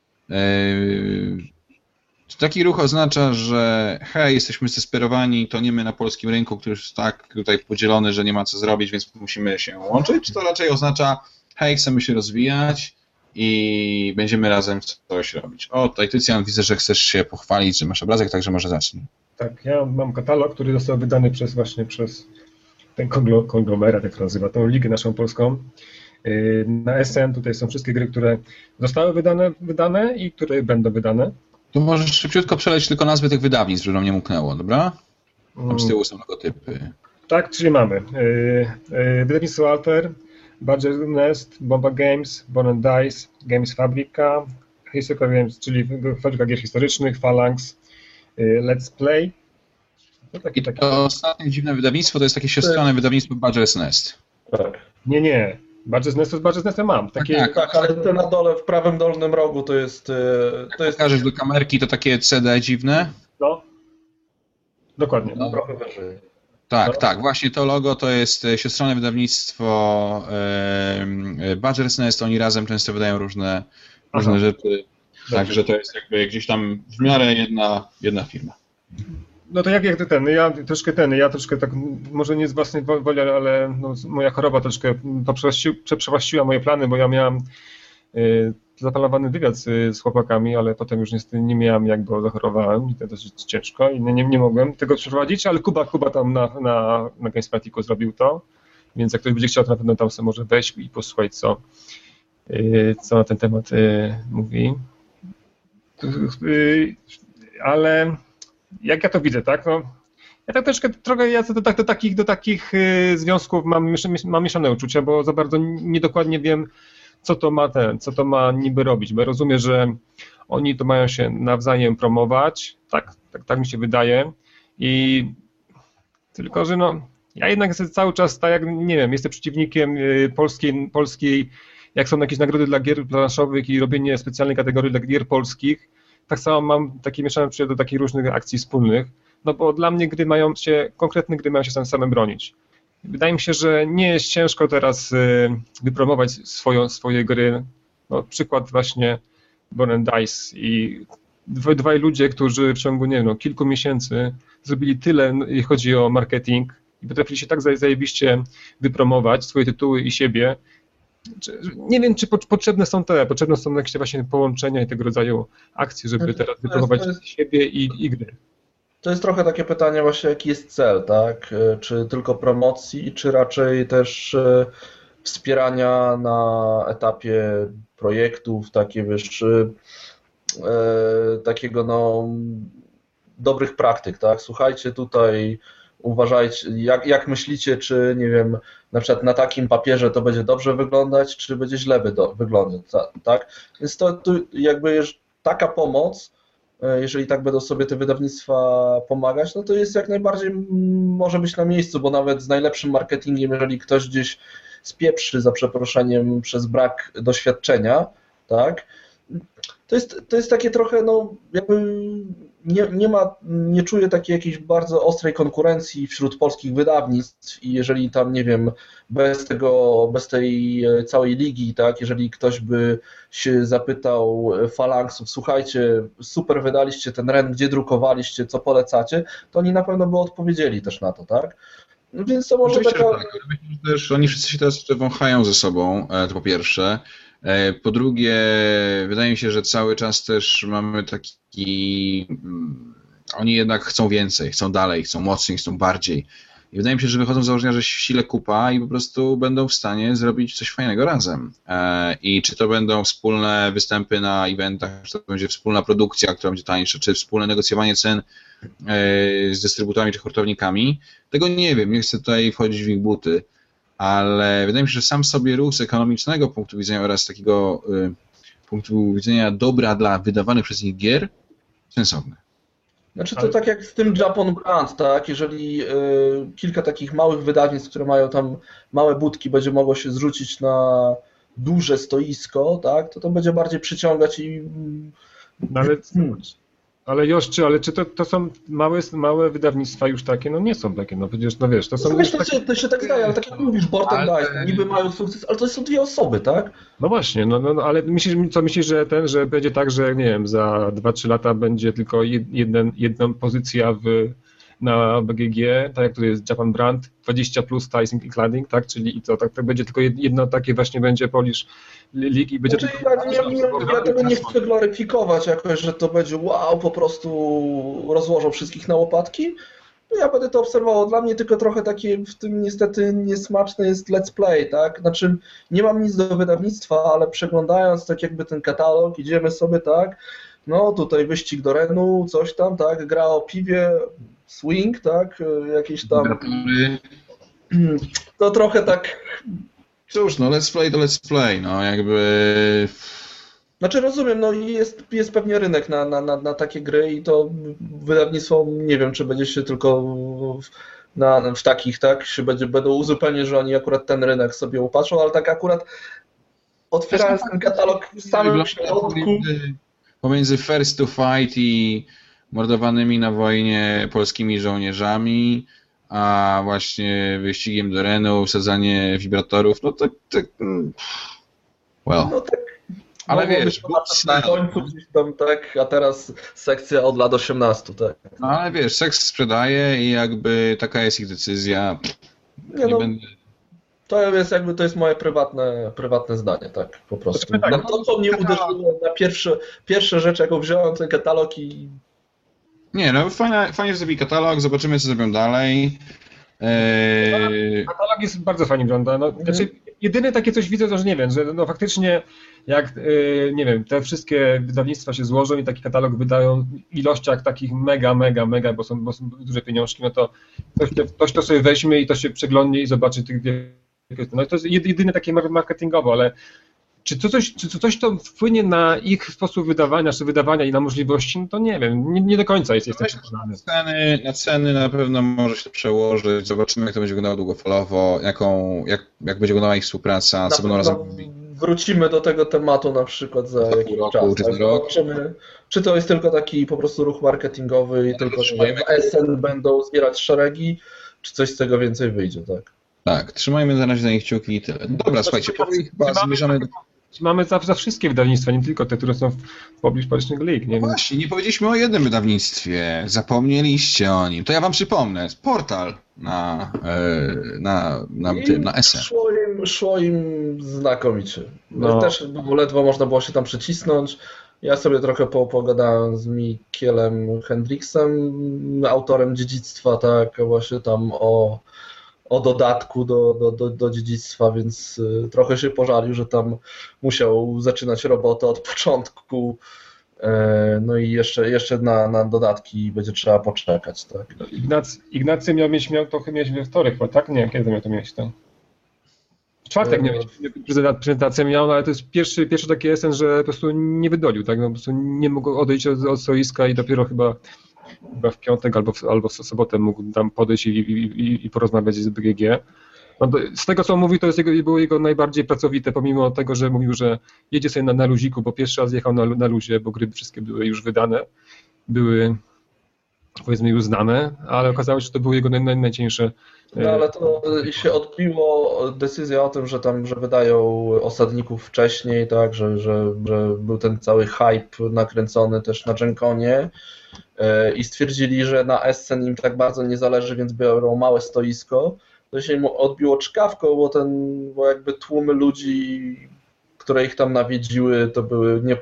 yy, Czy taki ruch oznacza, że hej, jesteśmy zdesperowani, toniemy na polskim rynku, który jest tak tutaj podzielony, że nie ma co zrobić, więc musimy się łączyć? Czy to raczej oznacza, hej, chcemy się rozwijać i będziemy razem coś robić? O, tutaj Tycjan, widzę, że chcesz się pochwalić, że masz obrazek, także może zacznij. Tak, ja mam katalog, który został wydany przez właśnie przez ten konglomerat, jak to nazywa, tą ligę naszą polską. Na S N tutaj są wszystkie gry, które zostały wydane, wydane i które będą wydane. To możesz szybciutko przeleć tylko nazwy tych wydawnictw, żeby nam nie umknęło, dobra? Tam z tyłu są logotypy. Tak, czyli mamy wydawnictwo Alter, Badger Nest, Bomba Games, Born and Dice, Games Fabrica, Historical Games, czyli fabryka gier historycznych, Phalanx, Let's Play. To takie, I to takie... ostatnie dziwne wydawnictwo to jest takie siostrzane wydawnictwo Badger's Nest. Tak. Nie, nie. Badger's Nest to z Badger's Nestem mam. Takie... Tak, tak, ale to na dole w prawym dolnym rogu to jest... To jest... Pokażesz do kamerki, to takie C D dziwne? No. Dokładnie. No, trochę wyżej. Tak, no. tak. Właśnie to logo to jest siostrzane wydawnictwo yy, Badger's Nest. Oni razem często wydają różne, różne rzeczy. Także to jest jakby gdzieś tam w miarę jedna, jedna firma. No to jak, jak ten, ja troszkę ten, ja troszkę tak, może nie z własnej woli, ale no, moja choroba troszkę przeprzewłaściła moje plany, bo ja miałem y, zaplanowany wywiad z, z chłopakami, ale potem już niestety nie miałem jak, bo zachorowałem i to dosyć ciężko i nie, nie mogłem tego przeprowadzić, ale Kuba, Kuba tam na, na, na Gamesmatiku zrobił to, więc jak ktoś będzie chciał, to na pewno tam sobie może wejść i posłuchać, co, y, co na ten temat y, mówi. Y, ale... Jak ja to widzę, tak? No, ja tak troszkę, trochę ja do, do, do takich, do takich y, związków mam, mam mieszane uczucia, bo za bardzo niedokładnie wiem, co to ma ten, co to ma niby robić, bo ja rozumiem, że oni to mają się nawzajem promować, tak, tak, tak mi się wydaje, i tylko, że no, ja jednak jestem cały czas, tak jak, nie wiem, jestem przeciwnikiem y, polskiej, polskiej, jak są jakieś nagrody dla gier planszowych i robienie specjalnej kategorii dla gier polskich. Tak samo mam takie mieszane uczucia do takich różnych akcji wspólnych, no bo dla mnie gry mają się, konkretne gry mają się same, same bronić. Wydaje mi się, że nie jest ciężko teraz wypromować swoją, swoje gry. No, przykład właśnie Born and Dice i dwaj, dwaj ludzie, którzy w ciągu, nie wiem, no, kilku miesięcy zrobili tyle, jeśli chodzi o marketing i potrafili się tak zajebiście wypromować swoje tytuły i siebie. czy, nie wiem, czy po, potrzebne są te, potrzebne są jakieś właśnie połączenia i tego rodzaju akcje, żeby Znaczy, teraz to jest- wypromować to jest- siebie i, i gry. To jest trochę takie pytanie właśnie, jaki jest cel, tak? E, Czy tylko promocji, czy raczej też e, wspierania na etapie projektów, takie wiesz, e, e, takiego no dobrych praktyk, tak? Słuchajcie, tutaj uważajcie, jak, jak myślicie, czy nie wiem, na przykład na takim papierze to będzie dobrze wyglądać, czy będzie źle wydo- wyglądać, ta- tak? Więc to tu jakby jeż- taka pomoc, e, jeżeli tak będą sobie te wydawnictwa pomagać, no to jest jak najbardziej mm, może być na miejscu, bo nawet z najlepszym marketingiem, jeżeli ktoś gdzieś spieprzy za przeproszeniem przez brak doświadczenia, tak? To jest, to jest takie trochę, no jakby nie, nie ma, nie czuję takiej jakiejś bardzo ostrej konkurencji wśród polskich wydawnictw i jeżeli tam, nie wiem, bez tego, bez tej e, całej ligi, tak, jeżeli ktoś by się zapytał Phalanxów, słuchajcie, super wydaliście ten Ren, gdzie drukowaliście, co polecacie, to oni na pewno by odpowiedzieli też na to, tak? No więc to może Oczywiście, taka... że tak. Myślę, że też oni wszyscy się teraz jeszcze wąchają ze sobą, e, to po pierwsze. E, Po drugie, wydaje mi się, że cały czas też mamy taki... mm, Oni jednak chcą więcej, chcą dalej, chcą mocniej, chcą bardziej. I wydaje mi się, że wychodzą z założenia, że sile kupa i po prostu będą w stanie zrobić coś fajnego razem. E, I czy to będą wspólne występy na eventach, czy to będzie wspólna produkcja, która będzie tańsza, czy wspólne negocjowanie cen e, z dystrybutorami czy hurtownikami, tego nie wiem, nie chcę tutaj wchodzić w ich buty, ale wydaje mi się, że sam sobie ruch z ekonomicznego punktu widzenia oraz takiego y, punktu widzenia dobra dla wydawanych przez nich gier sensowny. Znaczy to Ale- tak jak z tym Japan Brand, tak? Jeżeli y, kilka takich małych wydawnictw, które mają tam małe budki, będzie mogło się zrzucić na duże stoisko, tak? To to będzie bardziej przyciągać i No ale, hmm. ale Joszczy, ale czy to, to są małe, małe wydawnictwa już takie? No nie są takie, no przecież, no wiesz, to są No już wiesz, to, takie... się, to się tak zdaje, ale tak jak mówisz, Board and Ale- Dice, no niby mają sukces, ale to są dwie osoby, tak? No właśnie, no, no, no ale myślisz, co myślisz, że ten, że będzie tak, że nie wiem, za dwa trzy lata będzie tylko jed- jeden, jedna pozycja w, na B G G, tak jak to jest Japan Brand, dwadzieścia plus Ties and Cladding, tak, czyli i to tak, tak będzie tylko jed- jedno takie właśnie będzie Polish League i będzie Znaczy, tylko... ja, nie, nie, ja tego nie chcę gloryfikować jakoś, że to będzie wow, po prostu rozłożą wszystkich na łopatki. No ja będę to obserwował. Dla mnie tylko trochę takie w tym niestety niesmaczne jest let's play, tak? Znaczy nie mam nic do wydawnictwa, ale przeglądając tak jakby ten katalog, idziemy sobie, tak? No tutaj wyścig do Renu, coś tam, tak? Gra o piwie, swing, tak? Jakieś tam... Wibratory. To trochę tak... Cóż, no let's play to let's play, no jakby... Znaczy rozumiem, no i jest, jest pewnie rynek na, na, na, na takie gry i to wydawnictwo, nie wiem, czy będzie się tylko w, na, w takich, tak, się będzie, będą uzupełniać, że oni akurat ten rynek sobie upatrzą, ale tak akurat otwierając ten katalog w samym środku, Pomiędzy, pomiędzy First to Fight i mordowanymi na wojnie polskimi żołnierzami, a właśnie wyścigiem do Renu, wsadzanie wibratorów, no to tak... mm, well. no tak, Ale mogło wiesz, być to na końcu gdzieś tam, tak, a teraz sekcja od lat osiemnastu, tak. no ale wiesz, seks sprzedaje i jakby taka jest ich decyzja. Nie, Nie no, będę... to jest jakby, to jest moje prywatne, prywatne zdanie, tak, po prostu. tak, Na no to, co mnie uderzyło, na pierwsze, pierwsze rzecz, jaką wziąłem, ten katalog i Nie, no fajnie, fajnie, że zrobili katalog, zobaczymy co zrobią dalej. Eee, Katalog jest bardzo fajnie wygląda. No, znaczy, jedyne takie coś widzę, to że nie wiem, że no faktycznie jak, yy, nie wiem, te wszystkie wydawnictwa się złożą i taki katalog wydają w ilościach takich mega, mega, mega, bo są, bo są duże pieniążki, no to ktoś, ktoś to sobie weźmie i to się przeglądnie i zobaczy tych wielkich. No to jest jedyne takie marketingowo, ale czy to coś, czy to coś to wpłynie na ich sposób wydawania, czy wydawania i na możliwości, no to nie wiem, nie, nie do końca jest, jestem przekonany. na, ceny, na ceny na pewno może się to przełożyć, zobaczymy jak to będzie wyglądało długofalowo, jaką, jak, jak będzie wyglądała ich współpraca, co będą razem robić. Wrócimy do tego tematu na przykład za Za jakiś pół roku, czas. czy Tak? za rok. Zobaczymy, czy to jest tylko taki po prostu ruch marketingowy i tylko nie wiem, w S N będą zbierać szeregi, czy coś z tego więcej wyjdzie, tak? Tak, trzymajmy na razie na ich kciuki i tyle. Dobra, słuchajcie, powoli chyba zmierzamy do... Mamy za, za wszystkie wydawnictwa, nie tylko te, które są w Publish Publishing League. Nie? No właśnie, nie powiedzieliśmy o jednym wydawnictwie, zapomnieliście o nim, to ja wam przypomnę, Portal. na, na, na, tym, na S N. Szło im, szło im znakomicie. No. Też bo ledwo można było się tam przycisnąć. Ja sobie trochę po, pogadałem z Mikielem Hendriksem, autorem Dziedzictwa, tak, właśnie tam o, o dodatku do, do, do, do Dziedzictwa, więc trochę się pożalił, że tam musiał zaczynać robotę od początku. No i jeszcze, jeszcze na, na dodatki będzie trzeba poczekać, tak. Ignacy, Ignacy miał mieć, miał to chyba mieć we wtorek, bo tak? Nie, kiedy miał to mieć to? W czwartek miał mieć prezentację miał, ale to jest pierwszy, pierwszy taki S N, że po prostu nie wydolił, tak? No, po prostu nie mógł odejść od, od stoiska i dopiero chyba, chyba w piątek albo w, albo w sobotę mógł tam podejść i, i, i, i porozmawiać z B G G. No to, z tego, co mówi, to jest jego, było jego najbardziej pracowite, pomimo tego, że mówił, że jedzie sobie na, na luziku, bo pierwszy raz jechał na, na luzie, bo gry wszystkie były już wydane, były, powiedzmy, już znane, ale okazało się, że to były jego naj, naj, najcieńsze. No ale to się odbiło decyzja o tym, że tam, że wydają osadników wcześniej, tak, że, że, że był ten cały hype nakręcony też na Gen-Conie i stwierdzili, że na Essen im tak bardzo nie zależy, więc biorą małe stoisko. To się im odbiło czkawką, bo, ten, bo jakby tłumy ludzi, które ich tam nawiedziły, to były nie,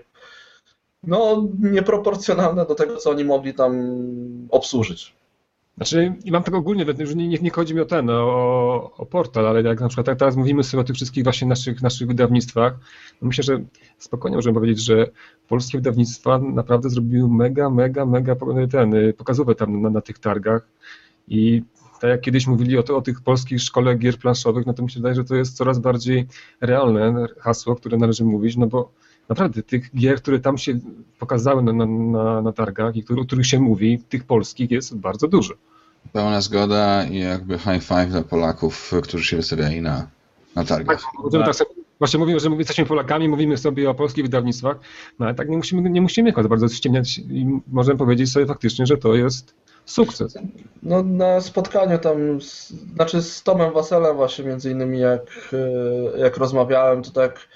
no, nieproporcjonalne do tego, co oni mogli tam obsłużyć. Znaczy, i mam tak ogólnie, że nie, nie chodzi mi o ten, o, o portal, ale jak na przykład tak teraz mówimy sobie o tych wszystkich właśnie naszych, naszych wydawnictwach, no myślę, że spokojnie możemy powiedzieć, że polskie wydawnictwa naprawdę zrobiły mega, mega, mega ten, pokazowe tam na, na tych targach i tak jak kiedyś mówili o, to, o tych polskich szkole gier planszowych, no to mi się wydaje, że to jest coraz bardziej realne hasło, które należy mówić, no bo naprawdę tych gier, które tam się pokazały na, na, na targach i który, o których się mówi, tych polskich jest bardzo dużo. Pełna zgoda i jakby high five dla Polaków, którzy się wystawiali na, na targach. Tak, tak sobie, właśnie mówimy, że jesteśmy Polakami, mówimy sobie o polskich wydawnictwach, no ale tak nie musimy, nie musimy jechać bardzo ściemniać i możemy powiedzieć sobie faktycznie, że to jest sukces. No na spotkaniu tam, z, znaczy z Tomem Waselem właśnie między innymi jak, jak rozmawiałem, to tak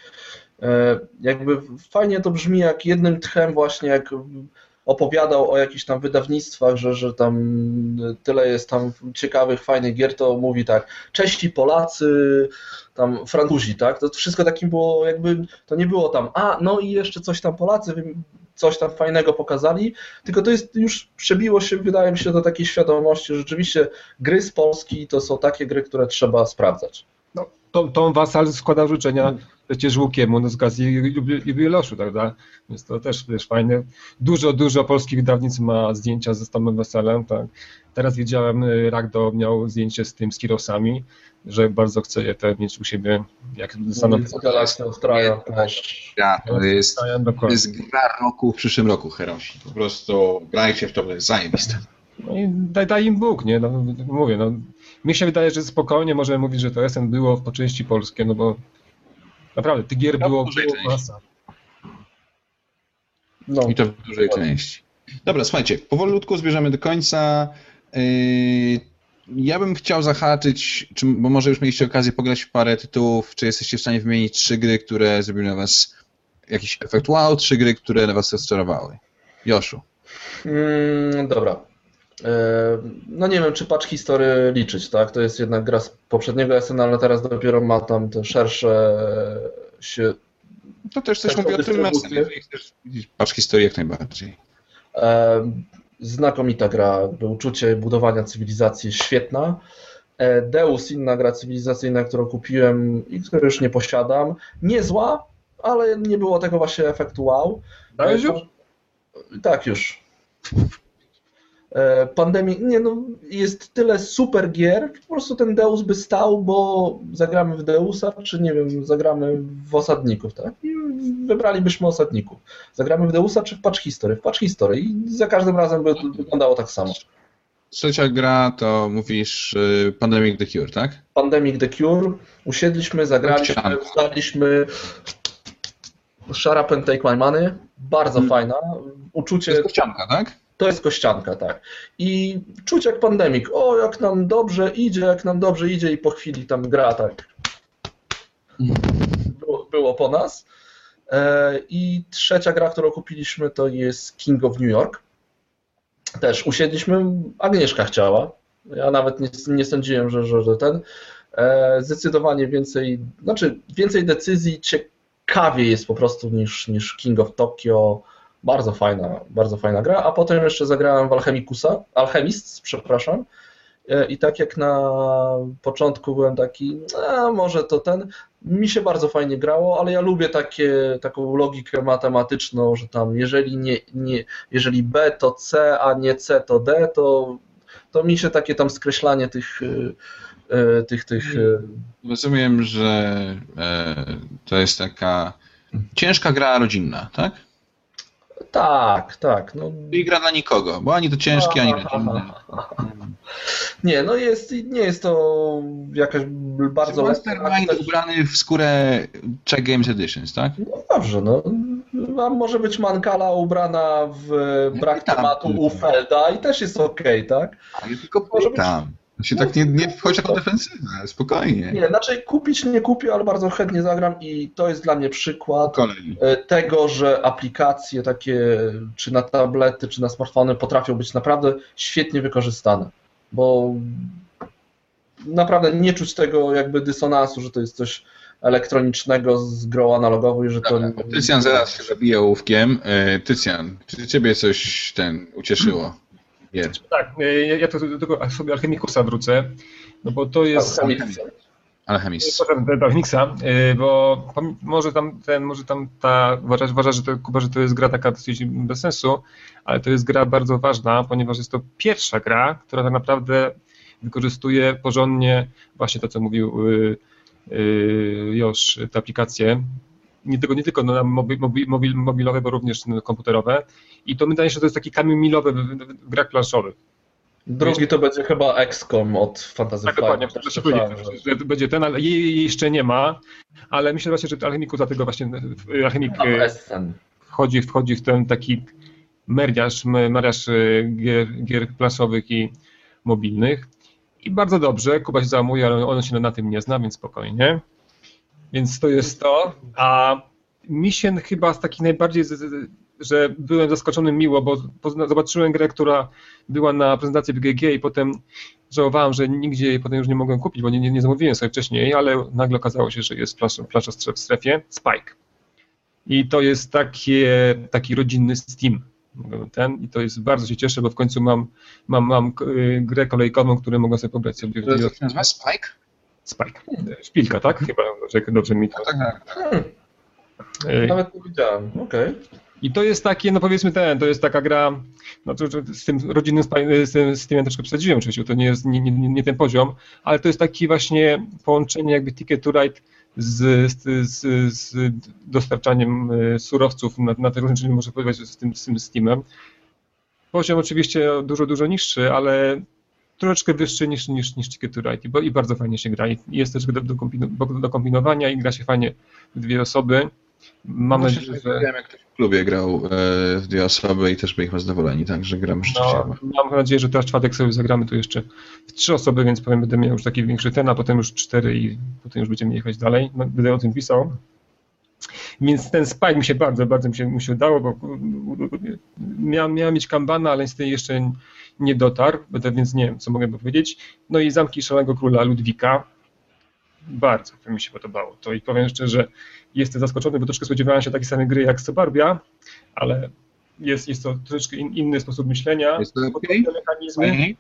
jakby fajnie to brzmi, jak jednym tchem właśnie jak opowiadał o jakichś tam wydawnictwach, że, że tam tyle jest tam ciekawych, fajnych gier, to mówi tak, Czesi, Polacy, tam Francuzi, tak? To wszystko takim było jakby, to nie było tam, a no i jeszcze coś tam Polacy, coś tam fajnego pokazali, tylko to jest już przebiło się, wydaje mi się, do takiej świadomości, że rzeczywiście gry z Polski to są takie gry, które trzeba sprawdzać. No, Tom, Tom Wasal składał życzenia przecież Łukiemu no, z okazji jubileuszu, prawda? Więc to też, też fajne. Dużo, dużo polskich wydawnictw ma zdjęcia ze Tomem Wasalem, tak. Teraz widziałem, Ragdo miał zdjęcie z tym, z Kirosami, że bardzo chce je te mieć u siebie, jak zostaną... Galaxy Australia też. Ja, to jest, to jest gra roku w przyszłym roku, Herosi. Po prostu grajcie w to, to jest zajebiste. No i daj, daj im Bóg, nie? No, mówię, no. Mi się wydaje, że spokojnie możemy mówić, że to S N było po części polskie, no bo naprawdę, tych gier było, było masa. No. I to w dużej części. Dobra, słuchajcie, powolutku zbierzemy do końca. Ja bym chciał zahaczyć, czy, bo może już mieliście okazję pograć w parę tytułów, czy jesteście w stanie wymienić trzy gry, które zrobiły na was jakiś efekt wow, trzy gry, które na was rozczarowały. Joszu. Mm, dobra. No nie wiem, czy Patch History liczyć, tak? To jest jednak gra z poprzedniego S N, ale teraz dopiero ma tam te szersze się... To też coś mówi o tym S N, jeżeli chcesz widzieć Patch History jak najbardziej. Znakomita gra, uczucie budowania cywilizacji jest świetna. Deus, inna gra cywilizacyjna, którą kupiłem i którą już nie posiadam. Niezła, ale nie było tego właśnie efektu wow. Dałeś już? Tak, już. Pandemii, nie no, jest tyle super gier, po prostu ten Deus by stał, bo zagramy w Deusa, czy nie wiem, zagramy w Osadników, tak? I wybralibyśmy Osadników. Zagramy w Deusa, czy w Patch History? W Patch History i za każdym razem by to wyglądało tak samo. Trzecia gra to mówisz Pandemic the Cure, tak? Pandemic the Cure, usiedliśmy, zagraliśmy, zdaliśmy Shut Up and Take My Money, bardzo hmm. fajna, uczucie... To jest kościanka, tak? To jest kościanka, tak. I czuć jak Pandemic, o jak nam dobrze idzie, jak nam dobrze idzie i po chwili tam gra tak było, było po nas. I trzecia gra, którą kupiliśmy, to jest King of New York. Też usiedliśmy, Agnieszka chciała, Ja nawet nie, nie sądziłem, że, że, że ten. E, zdecydowanie więcej, znaczy więcej decyzji, ciekawiej jest po prostu niż, niż King of Tokyo. Bardzo fajna, bardzo fajna gra. A potem jeszcze zagrałem w Alchemicusa, Alchemists, przepraszam. I tak jak na początku byłem taki, a może to ten, mi się bardzo fajnie grało, ale ja lubię takie, taką logikę matematyczną, że tam jeżeli, nie, nie, jeżeli B to C, a nie C to D, to, to mi się takie tam skreślanie tych, tych, tych... Rozumiem, że to jest taka ciężka gra rodzinna, tak? Tak, tak. No. I gra dla nikogo, bo ani to ciężkie, ani rodzinne. Nie, no jest, nie jest to jakaś bardzo... Mastermind też... ubrany w skórę Czech Games Editions, tak? No dobrze, no. A może być Mancala ubrana w brak tematu u Felda i też jest okej, okay, tak? A ja tylko pytam. Się tak nie, nie wchodzi taką defensywę, spokojnie. Nie, znaczy kupić nie kupię, ale bardzo chętnie zagram i to jest dla mnie przykład Kolej. tego, że aplikacje takie, czy na tablety, czy na smartfony potrafią być naprawdę świetnie wykorzystane, bo naprawdę nie czuć tego jakby dysonansu, że to jest coś elektronicznego z grą analogową i że to... Dobra, Tycjan zaraz się zabije ołówkiem. Tycjan, czy ciebie coś ten ucieszyło? Yeah. Tak, ja, ja to tylko sobie Alchemicusa wrócę, no bo to jest... Alchemist. Alchemisa, bo może tam ten, może tam ta, uważa, uważa, że to, Kuba, że to jest gra taka dosyć bez sensu, ale to jest gra bardzo ważna, ponieważ jest to pierwsza gra, która tak naprawdę wykorzystuje porządnie właśnie to, co mówił Josh, te aplikacje, nie tylko, nie tylko na mobil, mobil, mobilowe, bo również komputerowe. I to wydaje się, że to jest taki kamień milowy w grach planszowych. Drugi to będzie chyba X COM od Fantasy Tak, dokładnie, to się powiedzieć, że będzie ten, ale jej jeszcze nie ma, ale myślę właśnie, że Alchemiku za tego właśnie Alchemik wchodzi, wchodzi w ten taki mariaż, mariaż gier, gier planszowych i mobilnych. I bardzo dobrze, Kuba się załamuje, ale on się na tym nie zna, więc spokojnie. Więc to jest to, a mi się chyba z takich najbardziej, że byłem zaskoczony miło, bo zobaczyłem grę, która była na prezentacji B G G i potem żałowałem, że nigdzie jej potem już nie mogłem kupić, bo nie, nie, nie zamówiłem sobie wcześniej, ale nagle okazało się, że jest plansza w strefie, Spike. I to jest takie, taki rodzinny Steam. Ten, I to jest, bardzo się cieszę, bo w końcu mam, mam, mam grę kolejkową, którą mogę sobie pobrać sobie. To się nazywa Spike? Spike. Szpilka, tak? Chyba, że dobrze mi to... Tak, tak. Hmm. Nawet nie widziałem, okej. Okay. I to jest takie, no powiedzmy ten, to jest taka gra, no to, z tym rodzinnym z tym, z tym ja troszkę przesadziłem oczywiście, bo to nie jest nie, nie, nie ten poziom, ale to jest taki właśnie połączenie jakby Ticket to Ride z, z, z, z dostarczaniem surowców na, na te różne, czyli może powiedzieć z tym, z tym Steamem. Poziom oczywiście dużo, dużo niższy, ale troszeczkę wyższy niż, niż, niż Ticket to Ride i, i bardzo fajnie się gra. I jest też do, do, do kombinowania i gra się fajnie w dwie osoby. Mam no nadzieję, że... Wiem, jak ktoś w klubie grał w dwie osoby i też byli chyba zadowoleni, także gram rzeczywiście. No, mam nadzieję, że teraz czwartek sobie zagramy tu jeszcze w trzy osoby, więc powiem, będę miał już taki większy ten, a potem już cztery i potem już będziemy jechać dalej. Będę o tym pisał. Więc ten Spike mi się bardzo, bardzo mi się, mi się udało, bo miałem, miałem mieć Kanbana, ale niestety jeszcze nie dotarł, więc nie wiem, co mogę powiedzieć. No i Zamki Szalonego Króla Ludwika. Bardzo mi się podobało to i powiem szczerze, że jestem zaskoczony, bo troszkę spodziewałem się takiej samej gry jak Suburbia, ale jest, jest to troszeczkę in, inny sposób myślenia. Jest to okay? Mechanizmy.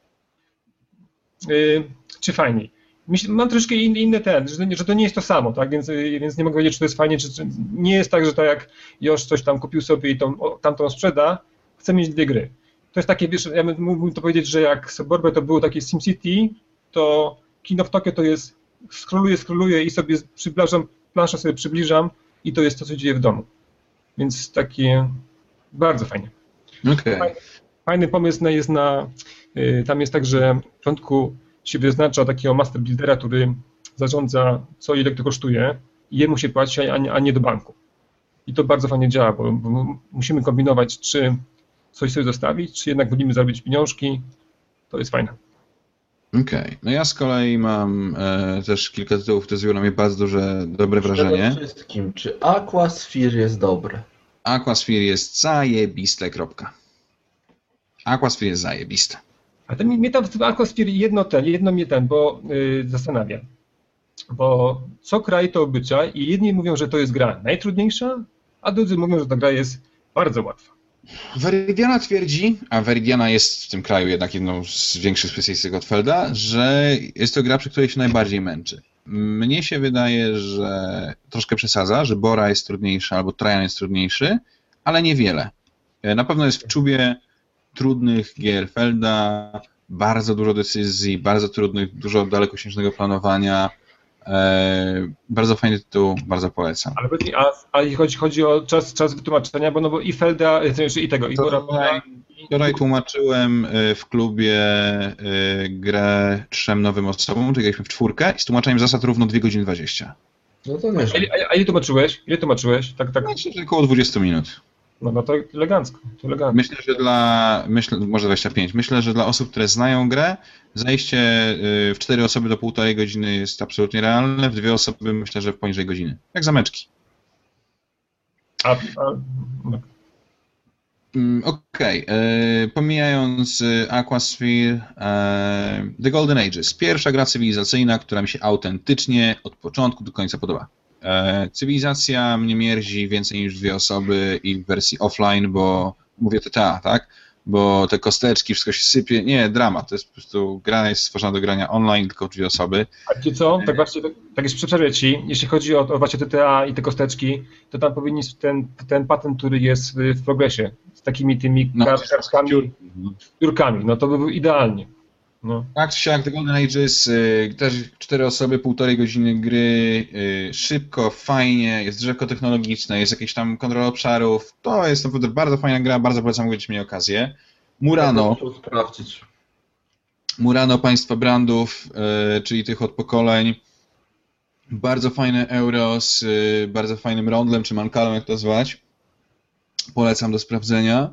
Yy, czy fajniej? Myślę, mam troszkę inny, inny ten, że, że to nie jest to samo, tak? Więc, więc nie mogę powiedzieć, czy to jest fajnie, czy, czy nie jest tak, że tak jak Josh coś tam kupił sobie i tą, tamtą sprzeda, chcę mieć dwie gry. To jest takie, wiesz, ja mógłbym to powiedzieć, że jak Suburbia to było takie SimCity, to King of Tokyo to jest scrolluję, scrolluję i sobie przybliżam, planszę sobie przybliżam i to jest to, co dzieje w domu. Więc takie bardzo fajnie. Okay. Fajny, fajny pomysł jest na, y, tam jest tak, że w początku się wyznacza takiego master buildera, który zarządza, co ile to kosztuje i jemu się płaci, a nie, a nie do banku. I to bardzo fajnie działa, bo, bo musimy kombinować, czy coś sobie zostawić, czy jednak wolimy zarobić pieniążki. To jest fajne. Okej, okay. No ja z kolei mam e, też kilka tytułów, które zrobiły na mnie bardzo duże, dobre wrażenie. Przede wszystkim, czy Aquasphere jest dobre? Aquasphere jest zajebiste, kropka. Aquasphere jest zajebiste. A to mnie, mnie tam w tym Aquasphere jedno ten, jedno mnie ten, bo yy, zastanawia. Bo co kraj to obyczaj i jedni mówią, że to jest gra najtrudniejsza, a drudzy mówią, że ta gra jest bardzo łatwa. Veridiana twierdzi, a Veridiana jest w tym kraju jednak jedną z większych specjalistek od Felda, że jest to gra, przy której się najbardziej męczy. Mnie się wydaje, że troszkę przesadza, że Bora jest trudniejsza albo Trajan jest trudniejszy, ale niewiele. Na pewno jest w czubie trudnych gier Felda, bardzo dużo decyzji, bardzo trudnych, dużo dalekosiężnego planowania. Eee, bardzo fajny tytuł, bardzo polecam. Ale a, a jeśli chodzi, chodzi o czas, czas wytłumaczenia, bo no bo i Felda, i tego, i Bora... Wczoraj, wczoraj tłumaczyłem w klubie grę trzem nowym osobom, czyli graliśmy w czwórkę i z tłumaczeniem zasad równo dwie godziny dwadzieścia. No to nie. A, a, a ile tłumaczyłeś? Ile tłumaczyłeś? Tak, tak. Myślę, że około dwadzieścia minut. No, no to elegancko, to elegancko. Myślę, że dla, myślę, może dwadzieścia pięć, myślę, że dla osób, które znają grę, zajście w cztery osoby do półtorej godziny jest absolutnie realne, w dwie osoby myślę, że w poniżej godziny. Jak zameczki. A, a, no. Okej, okay. Pomijając Aquasphere, The Golden Ages. Pierwsza gra cywilizacyjna, która mi się autentycznie od początku do końca podoba. Cywilizacja mnie mierzi więcej niż dwie osoby i w wersji offline, bo mówię T T A, tak? Bo te kosteczki, wszystko się sypie. Nie, dramat. To jest po prostu gra jest stworzona do grania online, tylko w dwie osoby. A ci co? Tak właśnie, tak, tak jest przerwę ci. Jeśli chodzi o, o właśnie T T A i te kosteczki, to tam powinien ten, ten patent, który jest w, w progresie, z takimi tymi No, kartkami, piórkami, no to by był idealnie. No. Tak, siak, The Golden Ages, y, też cztery osoby, półtorej godziny gry, y, szybko, fajnie, jest drzewko technologiczne, jest jakiś tam kontrola obszarów, to jest naprawdę bardzo fajna gra, bardzo polecam, gdybyście mieli okazję. Murano, Muszę sprawdzić. Murano państwa brandów, y, czyli tych od pokoleń, bardzo fajne euro z y, bardzo fajnym rondlem, czy mankalem, jak to zwać, polecam do sprawdzenia.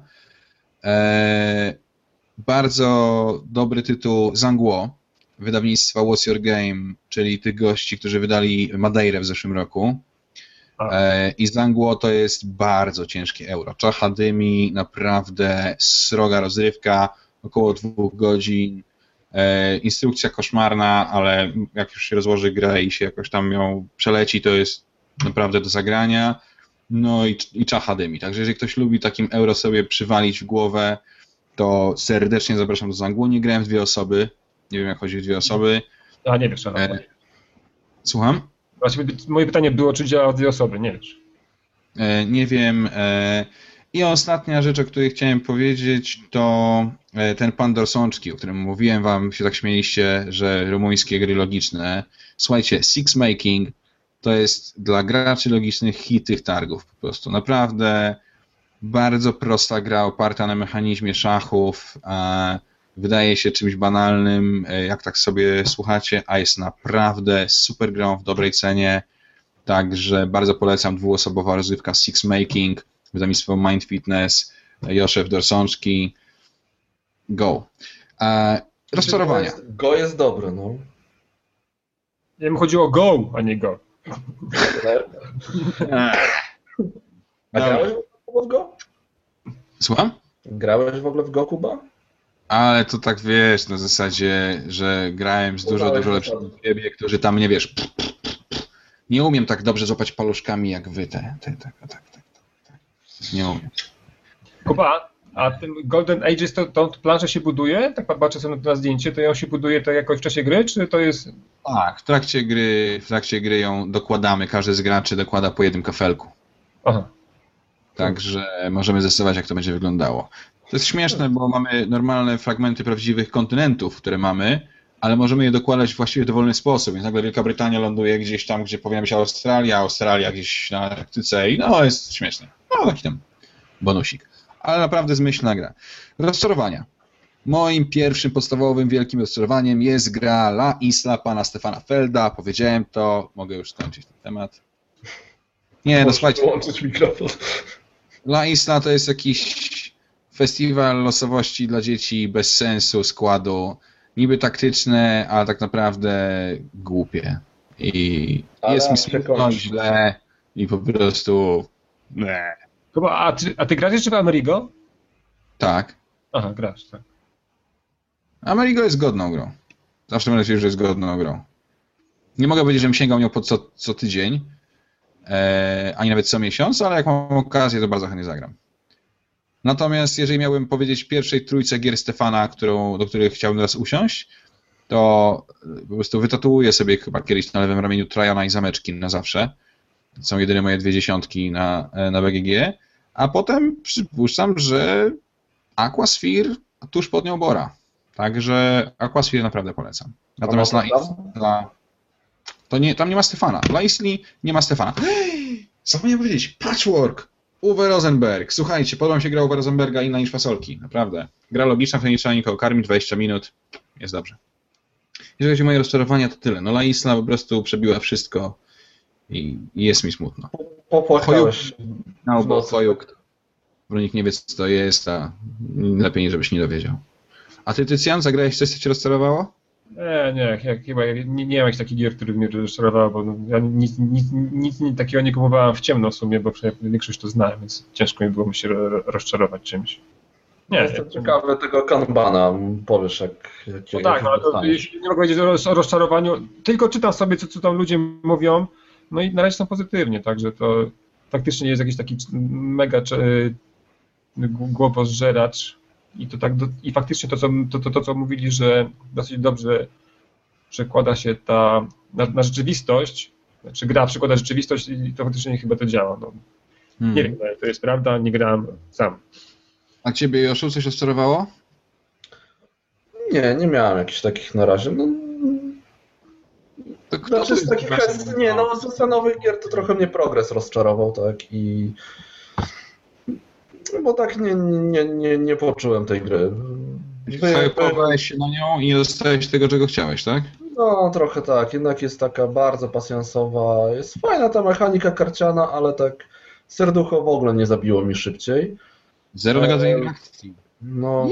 E, Bardzo dobry tytuł Zangło, wydawnictwa What's Your Game, czyli tych gości, którzy wydali Madeirę w zeszłym roku. E, I Zangło to jest bardzo ciężkie euro. Czacha dymi, naprawdę sroga rozrywka, około dwóch godzin. E, instrukcja koszmarna, ale jak już się rozłoży grę i się jakoś tam ją przeleci, to jest naprawdę do zagrania. No i, i czacha dymi. Także jeżeli ktoś lubi takim euro sobie przywalić w głowę, to serdecznie zapraszam do Zangło. Nie grałem w dwie osoby. Nie wiem, jak chodzi w dwie osoby. A nie wiesz, ale... E, Słucham? Właśnie moje pytanie było, czy działa w dwie osoby, nie wiesz. E, nie wiem. E, I ostatnia rzecz, o której chciałem powiedzieć, to ten pan Dorsączki, o którym mówiłem wam, się tak śmieliście, że rumuńskie gry logiczne. Słuchajcie, Six Making to jest dla graczy logicznych hit tych targów po prostu. Naprawdę bardzo prosta gra oparta na mechanizmie szachów. Wydaje się czymś banalnym, jak tak sobie słuchacie, a jest naprawdę super grą w dobrej cenie. Także bardzo polecam, dwuosobowa rozrywka Six Making, wydawnictwo Mind Fitness, Joszef Dorsączki. Go. Rozczarowania. Go jest, go jest dobre, no. Nie wiem, chodziło o go, a nie go. A grałeś w Go? Słucham? Grałeś w ogóle w Go, Kuba? Ale to tak wiesz, na zasadzie, że grałem z dużo, dużo lepszymi od ciebie, którzy tam nie wiesz. Pff, pff, pff. Nie umiem tak dobrze złapać paluszkami jak wy. Te, te, tak, tak, tak, tak, tak. Nie umiem. Kuba, a tym Golden Ages to, to planszę się buduje? Tak patrzę sobie na zdjęcie, to ją się buduje to jakoś w czasie gry, czy to jest... Tak, w trakcie gry, w trakcie gry ją dokładamy. Każdy z graczy dokłada po jednym kafelku. Aha. Także możemy zdecydować, jak to będzie wyglądało. To jest śmieszne, bo mamy normalne fragmenty prawdziwych kontynentów, które mamy, ale możemy je dokładać właściwie w dowolny sposób. Więc nagle Wielka Brytania ląduje gdzieś tam, gdzie powinna być Australia, Australia gdzieś na Arktyce i no, jest śmieszne. No, taki tam bonusik. Ale naprawdę zmyślna gra. Rozczarowania. Moim pierwszym podstawowym wielkim rozczarowaniem jest gra La Isla pana Stefana Felda. Powiedziałem to, mogę już skończyć ten temat. Nie, no słuchajcie. Wyłączyć mikrofon. La Isla to jest jakiś festiwal losowości dla dzieci bez sensu, składu. Niby taktyczne, a tak naprawdę głupie. I Ale jest mi smutno, źle i po prostu... Nie. Kuba, a ty, a ty grasz jeszcze w Amerigo? Tak. Aha, grasz, tak. Amerigo jest godną grą. Zawsze będę powiedzieć, że jest godną grą. Nie mogę powiedzieć, żebym sięgał nią po co, co tydzień, e, ani nawet co miesiąc, ale jak mam okazję, to bardzo chętnie zagram. Natomiast jeżeli miałbym powiedzieć pierwszej trójce gier Stefana, którą, do których chciałbym teraz usiąść, to po prostu wytatuuję sobie chyba kiedyś na lewym ramieniu Trajana i Zameczki na zawsze. To są jedyne moje dwie dziesiątki na, na B G G. A potem przypuszczam, że Aquasphere tuż pod nią Bora. Także Aquasphere naprawdę polecam. Natomiast dla Isla, to nie, tam nie ma Stefana. Dla Isli nie ma Stefana. Hej, zapomniałem powiedzieć, Patchwork! Uwe Rosenberg. Słuchajcie, podoba mi się gra Uwe Rosenberga inna niż fasolki. Naprawdę. Gra logiczna, w której nie trzeba nikogo karmić, dwadzieścia minut. Jest dobrze. Jeżeli chodzi o moje rozczarowania, to tyle. No La Isla po prostu przebiła wszystko i, i jest mi smutno. Popłakałeś. No, bo Fojuk, nikt nie wie, co to jest, a lepiej, żebyś nie dowiedział. A ty, Tycjan, zagrałeś coś, co cię rozczarowało? Nie, nie, ja chyba nie, nie mam jakichś takich gier, które mnie rozczarowały, bo no, ja nic, nic, nic, nic takiego nie kupowałem w ciemno w sumie, bo większość to znałem, więc ciężko mi było mi się rozczarować czymś. Nie, jestem ciekawy tego Kanbana, powiesz jak... jak no tak, no, ale to, jeśli nie mogę powiedzieć o, o rozczarowaniu, tylko czytam sobie, co, co tam ludzie mówią, no i na razie są pozytywnie, także to faktycznie jest jakiś taki mega czy, głowozżeracz i to tak do, i faktycznie to co, to, to, to, co mówili, że dosyć dobrze przekłada się ta na, na rzeczywistość, znaczy gra przekłada rzeczywistość i to faktycznie chyba to działa. No. Hmm. Nie wiem, to jest prawda, nie grałem sam. A ciebie, Joszu, coś rozczarowało? Nie, nie miałem jakichś takich na razie. No, to kto znaczy z takich kwestii, nie, no z nowych gier to trochę mnie progres rozczarował, tak, i bo tak nie, nie, nie, nie poczułem tej gry. Wyjechałeś się na nią i nie dostałeś tego, czego chciałeś, tak? No, trochę tak, jednak jest taka bardzo pasjansowa, jest fajna ta mechanika karciana, ale tak serducho w ogóle nie zabiło mi szybciej. Zero negatywnej reakcji. No,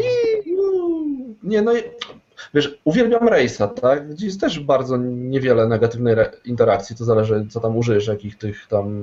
nie, no, wiesz, uwielbiam Race'a, tak, gdzie jest też bardzo niewiele negatywnej interakcji, to zależy, co tam użyjesz, jakich tych tam